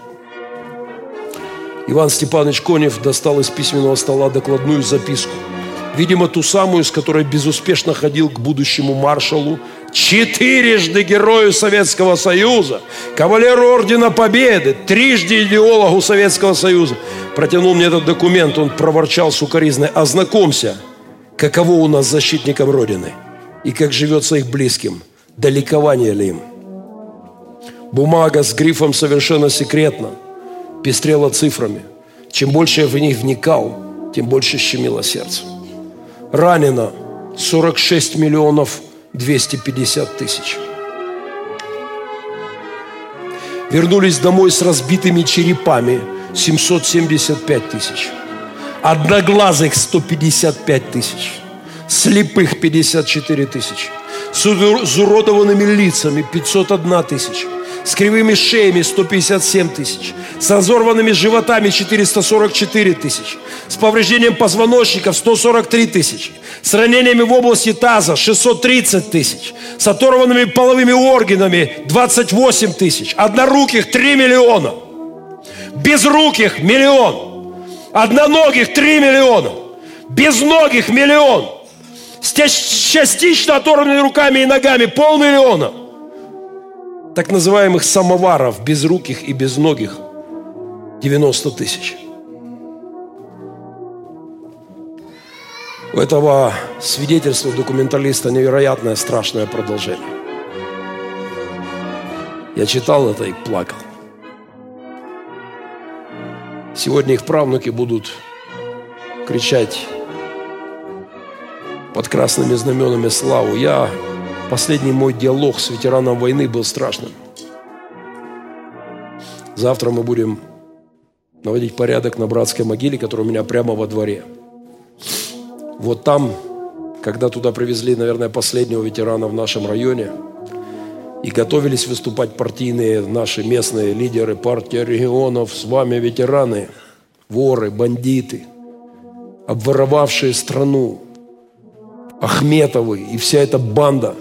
Speaker 1: Иван Степанович Конев достал из письменного стола докладную записку. Видимо, ту самую, с которой безуспешно ходил к будущему маршалу, четырежды Герою Советского Союза, кавалеру Ордена Победы, трижды идеологу Советского Союза. Протянул мне этот документ, он проворчал сукоризной: ознакомься, каково у нас защитникам Родины и как живется их близким, до ликования ли им. Бумага с грифом «Совершенно секретно» пестрела цифрами. Чем больше я в них вникал, тем больше щемило сердце. Ранено сорок шесть миллионов двести пятьдесят тысяч. Вернулись домой с разбитыми черепами семьсот семьдесят пять тысяч. Одноглазых сто пятьдесят пять тысяч. Слепых пятьдесят четыре тысячи. С изуродованными лицами пятьсот одна тысяча. С кривыми шеями сто пятьдесят семь тысяч, с разорванными животами четыреста сорок четыре тысячи, с повреждением позвоночников сто сорок три тысячи, с ранениями в области таза шестьсот тридцать тысяч, с оторванными половыми органами двадцать восемь тысяч, одноруких три миллиона, безруких миллион, одноногих три миллиона, безногих миллион, с частично оторванными руками и ногами полмиллиона. Так называемых самоваров, безруких и безногих, девяносто тысяч. У этого свидетельства документалиста невероятное, страшное продолжение. Я читал это и плакал. Сегодня их правнуки будут кричать под красными знаменами славу. Я... Последний мой диалог с ветераном войны был страшным. Завтра мы будем наводить порядок на братской могиле, которая у меня прямо во дворе. Вот там, когда туда привезли, наверное, последнего ветерана в нашем районе, и готовились выступать партийные наши местные лидеры партии регионов, с вами ветераны, воры, бандиты, обворовавшие страну, Ахметовы и вся эта банда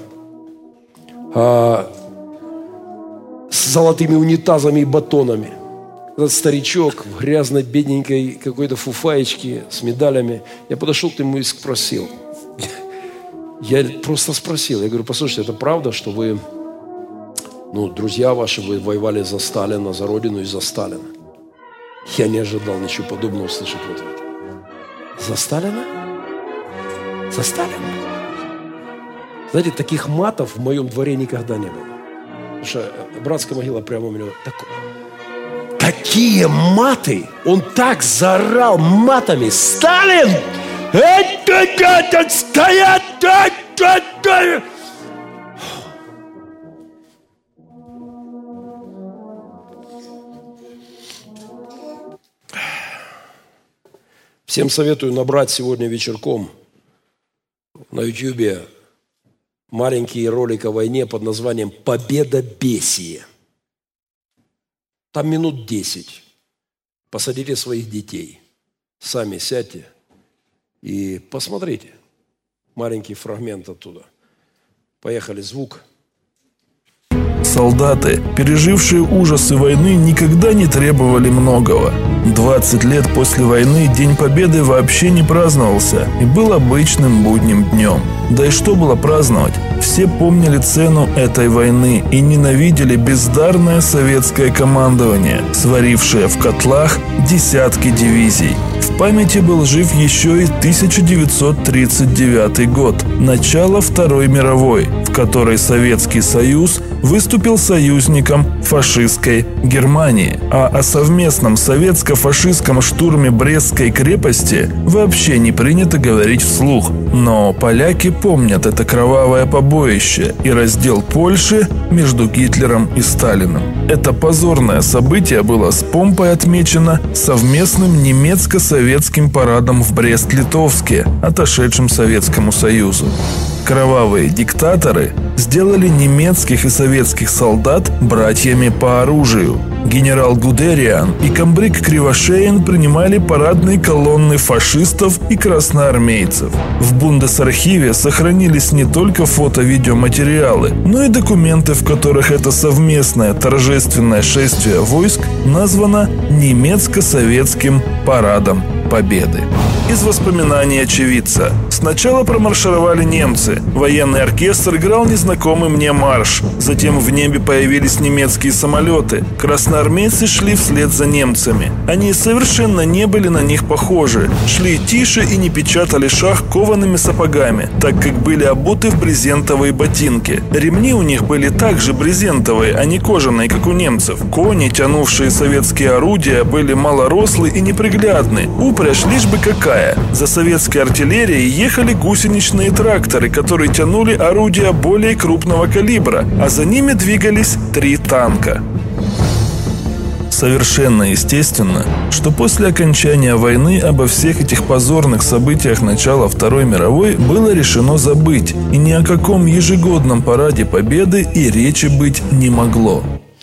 Speaker 1: а, с золотыми унитазами и батонами. Этот старичок в грязной, бедненькой какой-то фуфаечке с медалями. Я подошел к нему и спросил. Я просто спросил. Я говорю: послушайте, это правда, что вы, ну, друзья ваши, вы воевали за Сталина, за Родину и за Сталина? Я не ожидал ничего подобного услышать в ответ. За Сталина? За Сталина? Знаете, таких матов в моем дворе никогда не было. Потому что братская могила прямо у меня вот такой. Такие маты! Он так заорал матами: Сталин! Стоять! Всем советую набрать сегодня вечерком на ютубе маленький ролик о войне под названием «Победобесие». Там минут десять. Посадите своих детей. Сами сядьте и посмотрите. Маленький фрагмент оттуда. Поехали, звук.
Speaker 2: Солдаты, пережившие ужасы войны, никогда не требовали многого. двадцать лет после войны День Победы вообще не праздновался и был обычным будним днем. Да и что было праздновать? Все помнили цену этой войны и ненавидели бездарное советское командование, сварившее в котлах десятки дивизий. В памяти был жив еще и тысяча девятьсот тридцать девятый год, начало Второй мировой, в которой Советский Союз выступил союзником фашистской Германии. А о совместном советско-фашистском штурме Брестской крепости вообще не принято говорить вслух. Но поляки помнят это кровавое побоище и раздел Польши между Гитлером и Сталиным. Это позорное событие было с помпой отмечено совместным немецко-советским парадом в Брест-Литовске, отошедшим Советскому Союзу. Кровавые диктаторы сделали немецких и советских солдат братьями по оружию. Генерал Гудериан и комбриг Кривошеин принимали парадные колонны фашистов и красноармейцев. В Бундесархиве сохранились не только фото-видеоматериалы, но и документы, в которых это совместное торжественное шествие войск названо немецко-советским парадом Победы. Из воспоминаний очевидца. Сначала промаршировали немцы. Военный оркестр играл незнакомый мне марш. Затем в небе появились немецкие самолеты. Красноармейцы шли вслед за немцами. Они совершенно не были на них похожи. Шли тише и не печатали шаг коваными сапогами, так как были обуты в брезентовые ботинки. Ремни у них были также брезентовые, а не кожаные, как у немцев. Кони, тянувшие советские орудия, были малорослы и неприглядны. Упряжь лишь бы какая. За советской артиллерией ехали гусеничные тракторы, которые тянули орудия более крупного калибра, а за ними двигались три танка. Совершенно естественно, что после окончания войны обо всех этих позорных событиях начала Второй мировой было решено забыть, и ни о каком ежегодном параде Победы и речи быть не могло.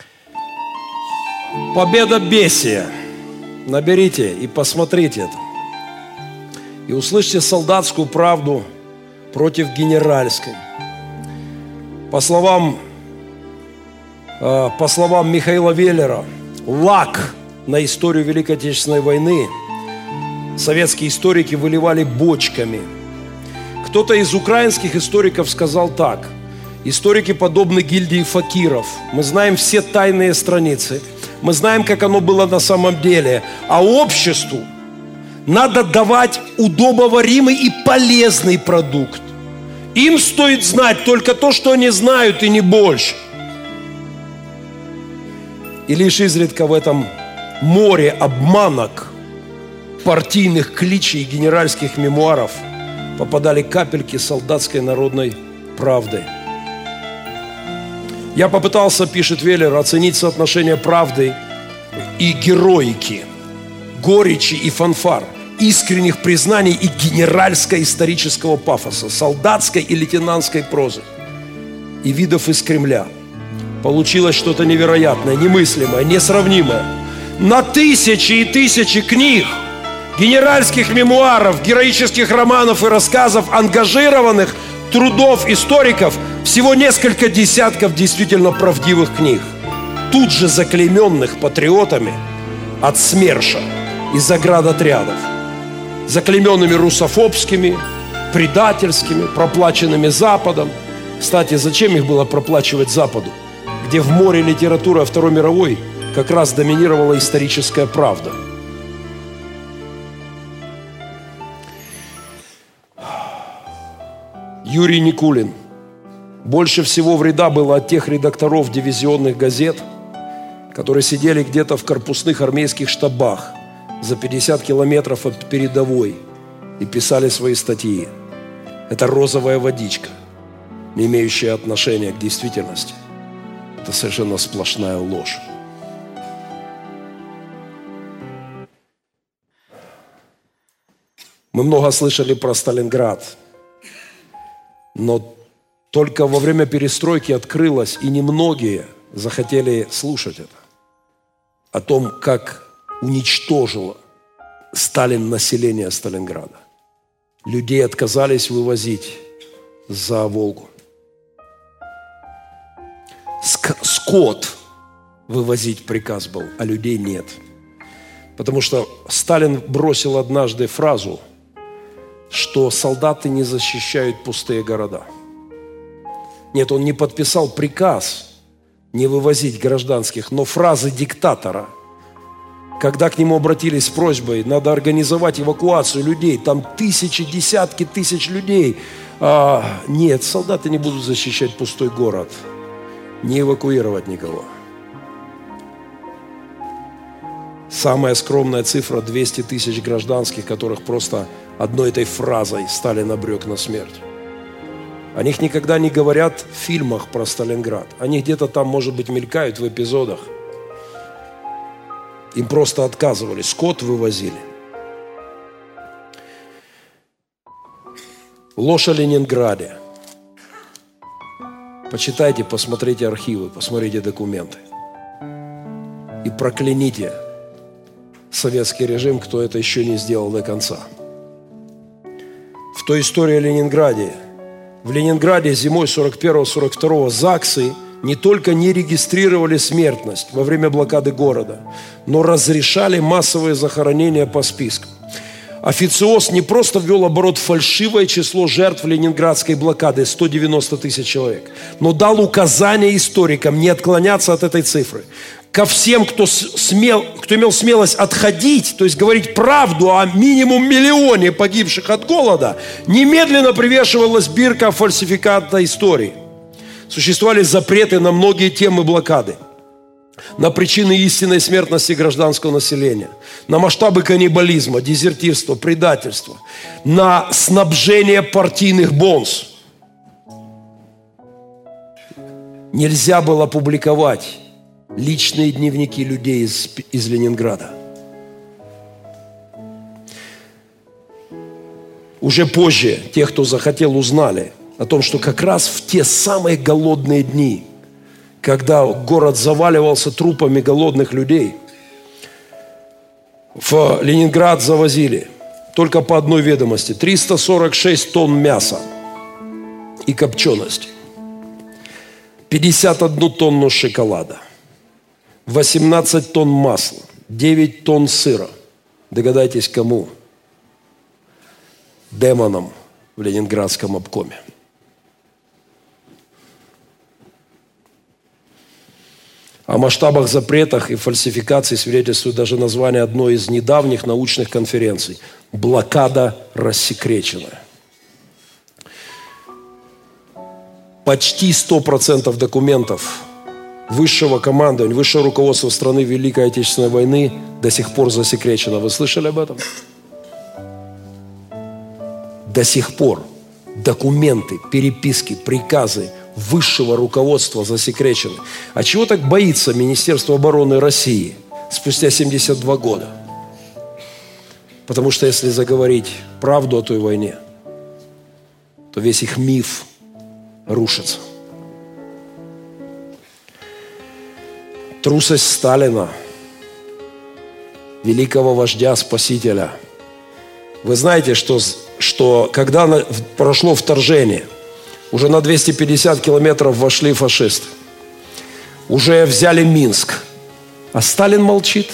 Speaker 1: Победобесие. Наберите и посмотрите это. И услышьте солдатскую правду против генеральской. По словам, э, по словам Михаила Веллера, лак на историю Великой Отечественной войны советские историки выливали бочками. Кто-то из украинских историков сказал так: историки подобны гильдии факиров. Мы знаем все тайные страницы, мы знаем, как оно было на самом деле, а обществу надо давать удобоваримый и полезный продукт. Им стоит знать только то, что они знают, и не больше. И лишь изредка в этом море обманок, партийных кличей и генеральских мемуаров попадали капельки солдатской народной правды. Я попытался, пишет Веллер, оценить соотношение правды и героики, горечи и фанфар, искренних признаний и генеральско-исторического пафоса, солдатской и лейтенантской прозы и видов из Кремля. Получилось что-то невероятное, немыслимое, несравнимое. На тысячи и тысячи книг, генеральских мемуаров, героических романов и рассказов, ангажированных трудов историков, всего несколько десятков действительно правдивых книг, тут же заклейменных патриотами от СМЕРШа и заградотрядов, заклейменными русофобскими, предательскими, проплаченными Западом. Кстати, зачем их было проплачивать Западу, где в море литературы о Второй мировой как раз доминировала историческая правда? Юрий Никулин. Больше всего вреда было от тех редакторов дивизионных газет, которые сидели где-то в корпусных армейских штабах за пятьдесят километров от передовой и писали свои статьи. Это розовая водичка, не имеющая отношения к действительности. Это совершенно сплошная ложь. Мы много слышали про Сталинград, но только во время перестройки открылось, и немногие захотели слушать это, о том, как уничтожил Сталин население Сталинграда. Людей отказались вывозить за Волгу. Ск- скот вывозить приказ был, а людей нет. Потому что Сталин бросил однажды фразу, что солдаты не защищают пустые города. Нет, он не подписал приказ не вывозить гражданских, но фразы диктатора, когда к нему обратились с просьбой, надо организовать эвакуацию людей, там тысячи, десятки тысяч людей. А, нет, солдаты не будут защищать пустой город, не эвакуировать никого. Самая скромная цифра – двести тысяч гражданских, которых просто одной этой фразой Сталин обрек на смерть. О них никогда не говорят в фильмах про Сталинград. Они где-то там, может быть, мелькают в эпизодах. Им просто отказывали, скот вывозили. Ложь о Ленинграде. Почитайте, посмотрите архивы, посмотрите документы. И прокляните советский режим, кто это еще не сделал до конца. В той истории о Ленинграде, в Ленинграде зимой сорок первого — сорок второго ЗАГСы не только не регистрировали смертность во время блокады города, но разрешали массовые захоронения по спискам. Официоз не просто ввел в оборот фальшивое число жертв ленинградской блокады – сто девяносто тысяч человек, но дал указание историкам не отклоняться от этой цифры. Ко всем, кто, смел, кто имел смелость отходить, то есть говорить правду о минимум миллионе погибших от голода, немедленно привешивалась бирка фальсификата истории. Существовали запреты на многие темы блокады, на причины истинной смертности гражданского населения, на масштабы каннибализма, дезертирства, предательства, на снабжение партийных бонз. Нельзя было публиковать личные дневники людей из, из Ленинграда. Уже позже те, кто захотел, узнали о том, что как раз в те самые голодные дни, когда город заваливался трупами голодных людей, в Ленинград завозили только по одной ведомости триста сорок шесть тонн мяса и копчености, пятьдесят одну тонну шоколада, восемнадцать тонн масла, девять тонн сыра. Догадайтесь, кому? Демонам в Ленинградском обкоме. О масштабах, запретах и фальсификаций свидетельствует даже название одной из недавних научных конференций – «Блокада рассекреченная». Почти сто процентов документов высшего командования, высшего руководства страны в Великой Отечественной войны до сих пор засекречено. Вы слышали об этом? До сих пор документы, переписки, приказы высшего руководства засекречены. А чего так боится Министерство обороны России спустя семьдесят два года? Потому что если заговорить правду о той войне, то весь их миф рушится. Трусость Сталина, великого вождя, спасителя. Вы знаете, что, что когда прошло вторжение, уже на двести пятьдесят километров вошли фашисты. Уже взяли Минск. А Сталин молчит.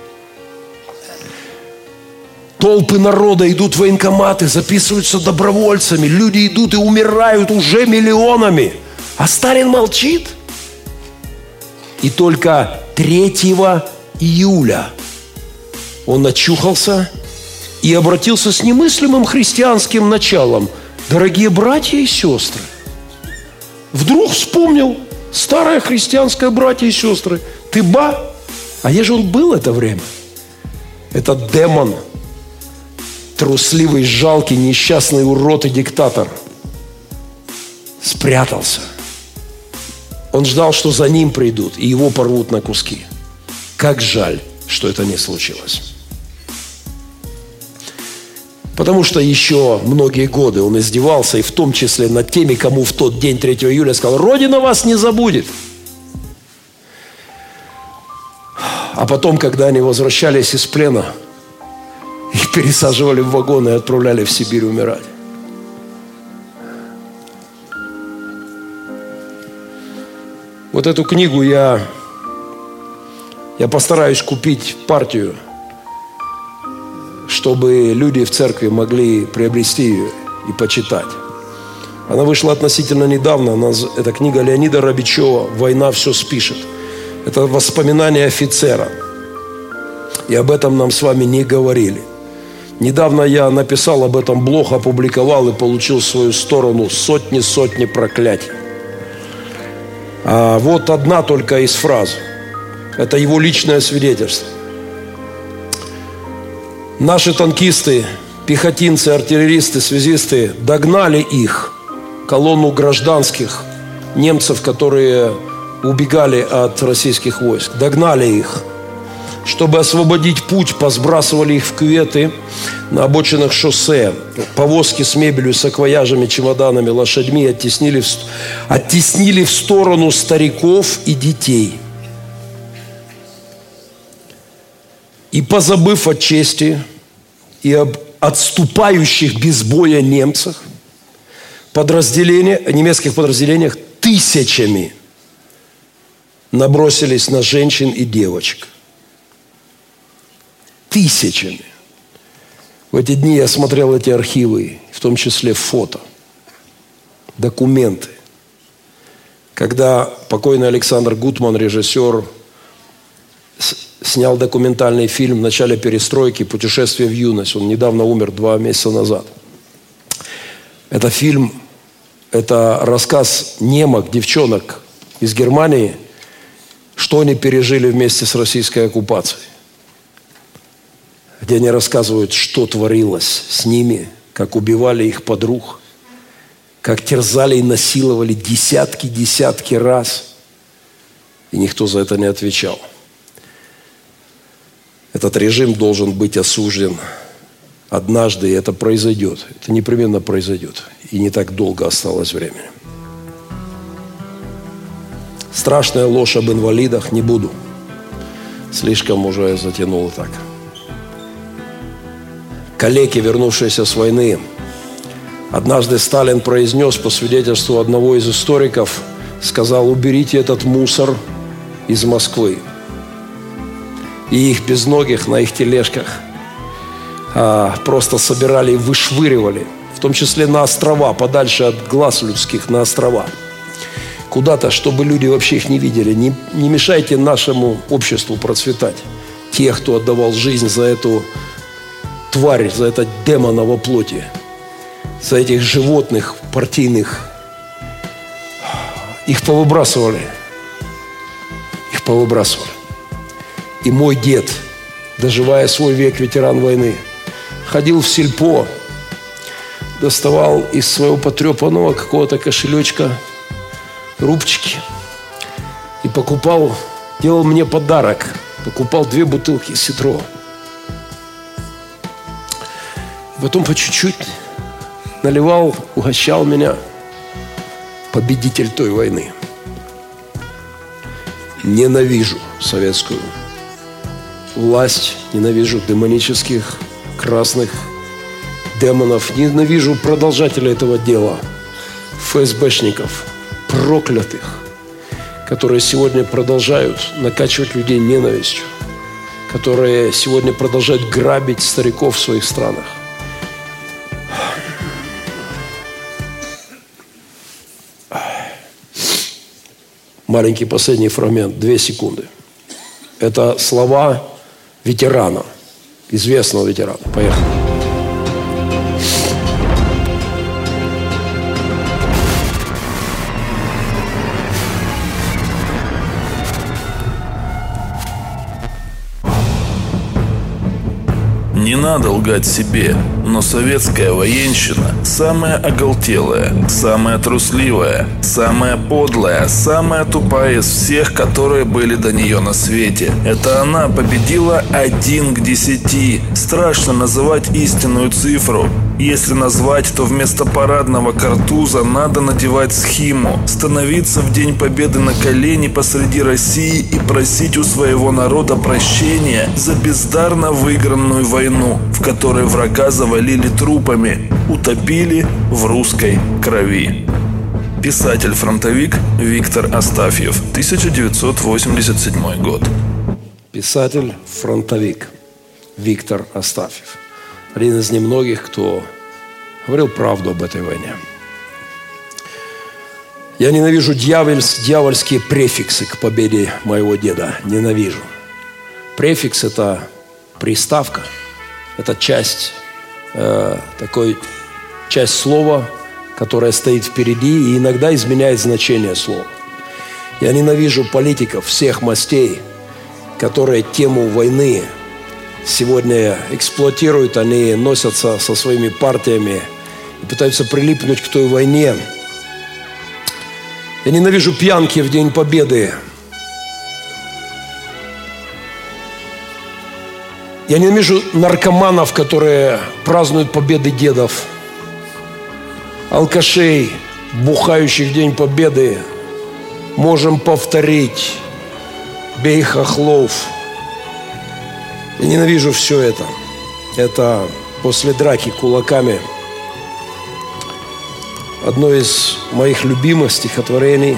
Speaker 1: Толпы народа идут в военкоматы, записываются добровольцами. Люди идут и умирают уже миллионами. А Сталин молчит. И только третьего июля он очухался и обратился с немыслимым христианским началом. Дорогие братья и сестры, вдруг вспомнил старое христианское братья и сестры. Ты ба? А где же он был это время? Этот демон трусливый, жалкий, несчастный урод и диктатор спрятался. Он ждал, что за ним придут и его порвут на куски. Как жаль, что это не случилось. Потому что еще многие годы он издевался, и в том числе над теми, кому в тот день, третьего июля, сказал: «Родина вас не забудет». А потом, когда они возвращались из плена, их пересаживали в вагоны и отправляли в Сибирь умирать. Вот эту книгу я, я постараюсь купить партию, чтобы люди в церкви могли приобрести ее и почитать. Она вышла относительно недавно. Она, это книга Леонида Рабичева «Война все спишет». Это воспоминания офицера. И об этом нам с вами не говорили. Недавно я написал об этом блог, опубликовал и получил в свою сторону сотни-сотни проклятий. А вот одна только из фраз. Это его личное свидетельство. Наши танкисты, пехотинцы, артиллеристы, связисты догнали их, колонну гражданских немцев, которые убегали от российских войск. Догнали их. Чтобы освободить путь, посбрасывали их в кюветы на обочинах шоссе. Повозки с мебелью, саквояжами, чемоданами, лошадьми оттеснили в, оттеснили в сторону стариков и детей. И, позабыв о чести и об отступающих без боя немцах, подразделения, немецких подразделениях тысячами набросились на женщин и девочек. Тысячами. В эти дни я смотрел эти архивы, в том числе фото, документы. Когда покойный Александр Гутман, режиссер, снял документальный фильм в начале перестройки «Путешествие в юность». Он недавно умер, два месяца назад. Это фильм, это рассказ немок, девчонок из Германии, что они пережили вместе с российской оккупацией. Где они рассказывают, что творилось с ними, как убивали их подруг, как терзали и насиловали десятки-десятки раз. И никто за это не отвечал. Этот режим должен быть осужден однажды, и это произойдет. Это непременно произойдет. И не так долго осталось времени. Страшная ложь об инвалидах не буду. Слишком уже затянуло так. Калеки, вернувшиеся с войны. Однажды Сталин произнес по свидетельству одного из историков, сказал: уберите этот мусор из Москвы. И их безногих на их тележках а, просто собирали и вышвыривали, в том числе на острова, подальше от глаз людских, на острова. Куда-то, чтобы люди вообще их не видели. Не, не мешайте нашему обществу процветать. Те, кто отдавал жизнь за эту тварь, за этот демона во плоти, за этих животных партийных, их повыбрасывали. Их повыбрасывали. И мой дед, доживая свой век, ветеран войны, ходил в сельпо, доставал из своего потрепанного какого-то кошелечка рубчики и покупал, делал мне подарок, покупал две бутылки ситро. Потом по чуть-чуть наливал, угощал меня, победитель той войны. Ненавижу советскую власть, ненавижу демонических красных демонов, ненавижу продолжателей этого дела, ФСБшников, проклятых, которые сегодня продолжают накачивать людей ненавистью, которые сегодня продолжают грабить стариков в своих странах. Маленький последний фрагмент, две секунды. Это слова ветерана, известного ветерана. Поехали.
Speaker 2: Не надо лгать себе, но советская военщина самая оголтелая, самая трусливая, самая подлая, самая тупая из всех, которые были до нее на свете. Это она победила один к десяти. Страшно называть истинную цифру. Если назвать, то вместо парадного картуза надо надевать схиму, становиться в День Победы на колени посреди России и просить у своего народа прощения за бездарно выигранную войну, в которой врага завалили трупами, утопили в русской крови. Писатель-фронтовик Виктор Астафьев, тысяча девятьсот восемьдесят седьмой год.
Speaker 1: Писатель-фронтовик Виктор Астафьев. Один из немногих, кто говорил правду об этой войне. Я ненавижу дьявольс, дьявольские префиксы к победе моего деда. Ненавижу. Префикс – это приставка, это часть, э, такой, часть слова, которая стоит впереди и иногда изменяет значение слова. Я ненавижу политиков всех мастей, которые тему войны сегодня эксплуатируют, они носятся со своими партиями и пытаются прилипнуть к той войне. Я ненавижу пьянки в День Победы. Я ненавижу наркоманов, которые празднуют победы дедов, алкашей, бухающих в День Победы. Можем повторить: бей хохлов. Я ненавижу все это. Это после драки кулаками. Одно из моих любимых стихотворений.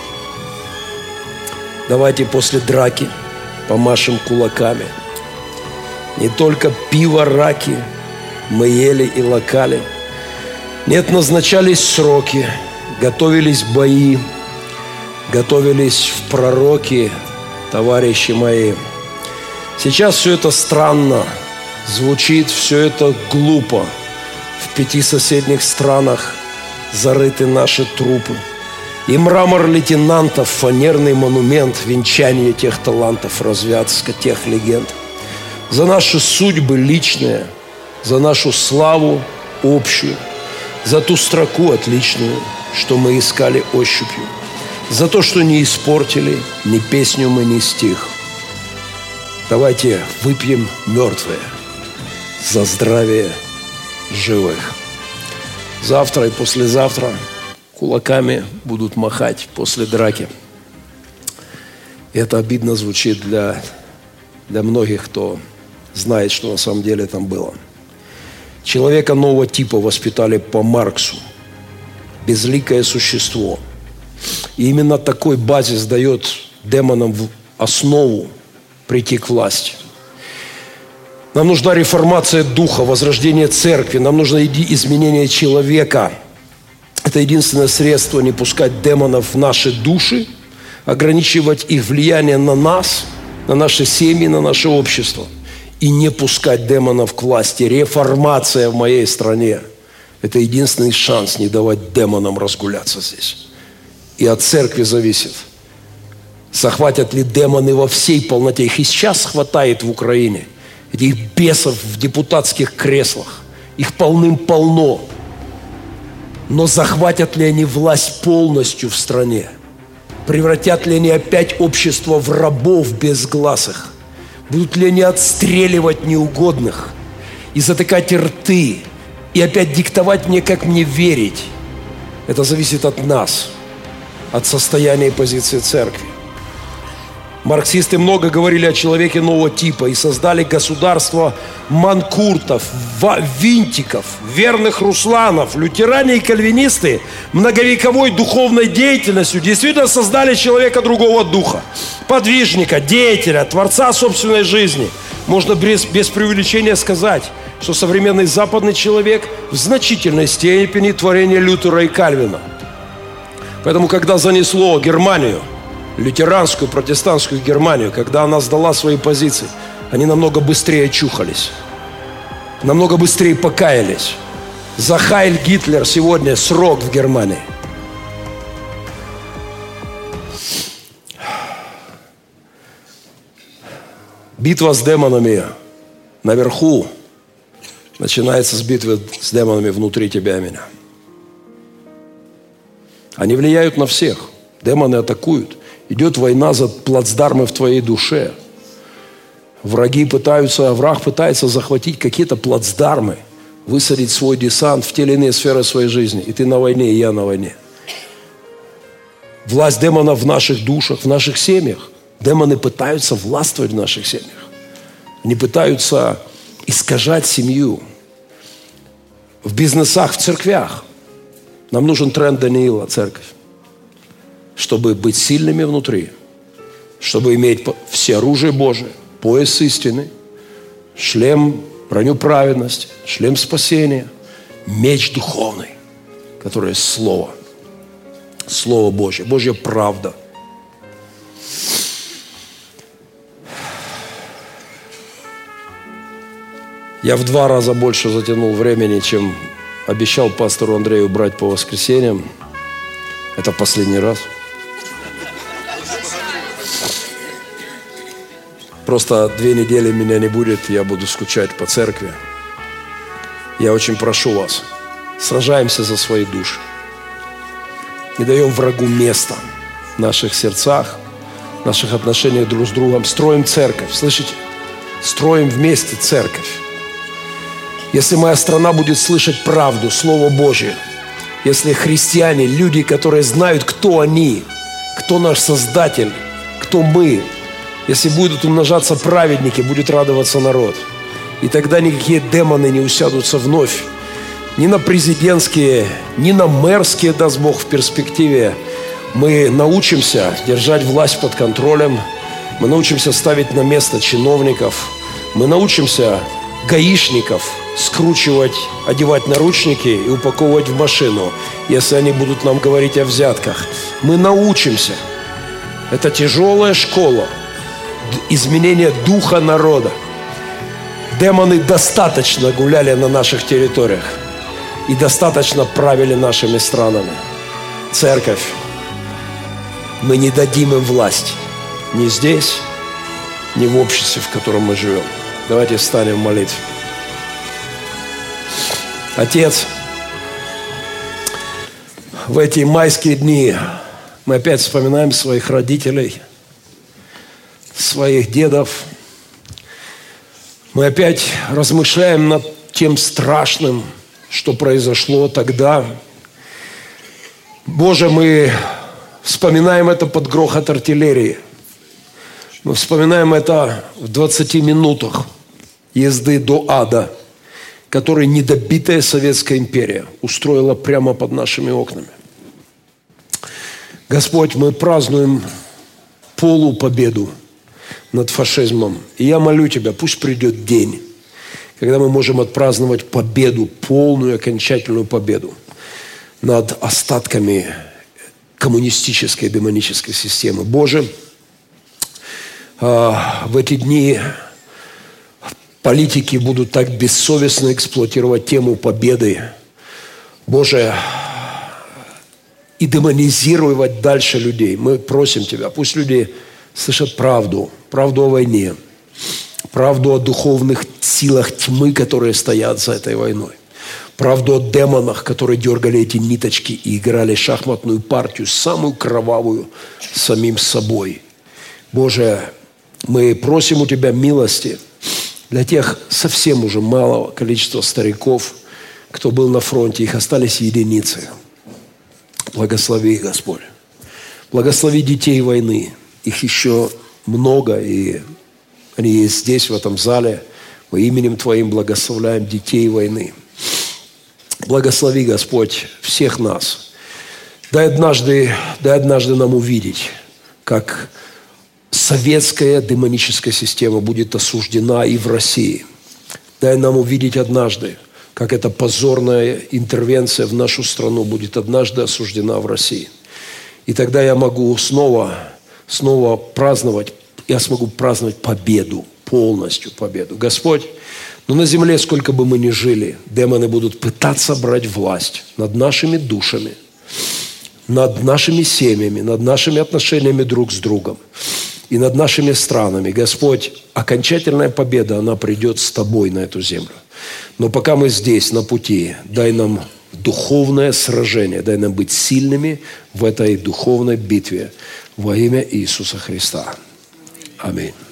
Speaker 1: Давайте после драки помашем кулаками. Не только пиво, раки мы ели и локали. Нет, назначались сроки, готовились бои, готовились в пророки, товарищи мои. Сейчас все это странно, звучит все это глупо. В пяти соседних странах зарыты наши трупы. И мрамор лейтенантов, фанерный монумент, венчание тех талантов, развязка тех легенд. За наши судьбы личные, за нашу славу общую, за ту строку отличную, что мы искали ощупью, за то, что не испортили ни песню мы, ни стих. Давайте выпьем мертвые за здравие живых. Завтра и послезавтра кулаками будут махать после драки. И это обидно звучит для, для многих, кто знает, что на самом деле там было. Человека нового типа воспитали по Марксу. Безликое существо. И именно такой базис дает демонам в основу прийти к власти. Нам нужна реформация духа, возрождение церкви. Нам нужно изменение человека. Это единственное средство не пускать демонов в наши души, ограничивать их влияние на нас, на наши семьи, на наше общество. И не пускать демонов к власти. Реформация в моей стране – это единственный шанс не давать демонам разгуляться здесь. И от церкви зависит, захватят ли демоны во всей полноте. Их и сейчас хватает в Украине. Этих бесов в депутатских креслах. Их полным-полно. Но захватят ли они власть полностью в стране? Превратят ли они опять общество в рабов безгласых? Будут ли они отстреливать неугодных и затыкать рты, и опять диктовать мне, как мне верить? Это зависит от нас, от состояния и позиции церкви. Марксисты много говорили о человеке нового типа и создали государство манкуртов, винтиков, верных русланов. Лютеране и кальвинисты многовековой духовной деятельностью действительно создали человека другого духа, подвижника, деятеля, творца собственной жизни. Можно без, без преувеличения сказать, что современный западный человек в значительной степени творение Лютера и Кальвина. Поэтому, когда занесло Германию, лютеранскую, протестантскую Германию, когда она сдала свои позиции, они намного быстрее очухались, намного быстрее покаялись. За Хайль Гитлер сегодня срок в Германии. Битва с демонами наверху начинается с битвы с демонами внутри тебя и меня. Они влияют на всех. Демоны атакуют. Идет война за плацдармы в твоей душе. Враги пытаются, враг пытается захватить какие-то плацдармы, высадить свой десант в те или иные сферы своей жизни. И ты на войне, и я на войне. Власть демонов в наших душах, в наших семьях. Демоны пытаются властвовать в наших семьях. Они пытаются искажать семью. В бизнесах, в церквях. Нам нужен тренд Даниила, церковь. Чтобы быть сильными внутри. Чтобы иметь все оружие Божие, пояс истины, шлем, броню праведности, шлем спасения, меч духовный, который есть Слово. Слово Божье, Божья правда. Я в два раза больше затянул времени, чем обещал пастору Андрею брать по воскресеньям. Это последний раз. Просто две недели меня не будет, я буду скучать по церкви. Я очень прошу вас, сражаемся за свои души. Не даем врагу места в наших сердцах, в наших отношениях друг с другом. Строим церковь, слышите? Строим вместе церковь. Если моя страна будет слышать правду, Слово Божие, если христиане, люди, которые знают, кто они, кто наш Создатель, кто мы, если будут умножаться праведники, будет радоваться народ. И тогда никакие демоны не усядутся вновь. Ни на президентские, ни на мэрские, даст Бог, в перспективе. Мы научимся держать власть под контролем. Мы научимся ставить на место чиновников. Мы научимся гаишников скручивать, одевать наручники и упаковывать в машину, если они будут нам говорить о взятках. Мы научимся. Это тяжелая школа изменения духа народа. Демоны достаточно гуляли на наших территориях и достаточно правили нашими странами. Церковь, мы не дадим им власть ни здесь, ни в обществе, в котором мы живем. Давайте встанем в молитве. Отец, в эти майские дни мы опять вспоминаем своих родителей, своих дедов. Мы опять размышляем над тем страшным, что произошло тогда. Боже, мы вспоминаем это под грохот артиллерии. Мы вспоминаем это в двадцати минутах езды до ада, который недобитая Советская империя устроила прямо под нашими окнами. Господь, мы празднуем полупобеду над фашизмом. И я молю Тебя, пусть придет день, когда мы можем отпраздновать победу, полную, окончательную победу над остатками коммунистической, демонической системы. Боже, в эти дни политики будут так бессовестно эксплуатировать тему победы. Боже, и демонизировать дальше людей. Мы просим Тебя, пусть люди слышат правду, правду о войне, правду о духовных силах тьмы, которые стоят за этой войной, правду о демонах, которые дергали эти ниточки и играли шахматную партию, самую кровавую, самим собой. Боже, мы просим у Тебя милости для тех совсем уже малого количества стариков, кто был на фронте, их остались единицы. Благослови их, Господь. Благослови детей войны. Их еще много, и они есть здесь, в этом зале. Мы именем Твоим благословляем детей войны. Благослови, Господь, всех нас. Дай однажды, дай однажды нам увидеть, как советская демоническая система будет осуждена и в России. Дай нам увидеть однажды, как эта позорная интервенция в нашу страну будет однажды осуждена в России. И тогда я могу снова, снова праздновать, я смогу праздновать победу, полностью победу. Господь, но на земле, сколько бы мы ни жили, демоны будут пытаться брать власть над нашими душами, над нашими семьями, над нашими отношениями друг с другом и над нашими странами. Господь, окончательная победа, она придет с Тобой на эту землю. Но пока мы здесь, на пути, дай нам духовное сражение, дай нам быть сильными в этой духовной битве во имя Иисуса Христа. Аминь.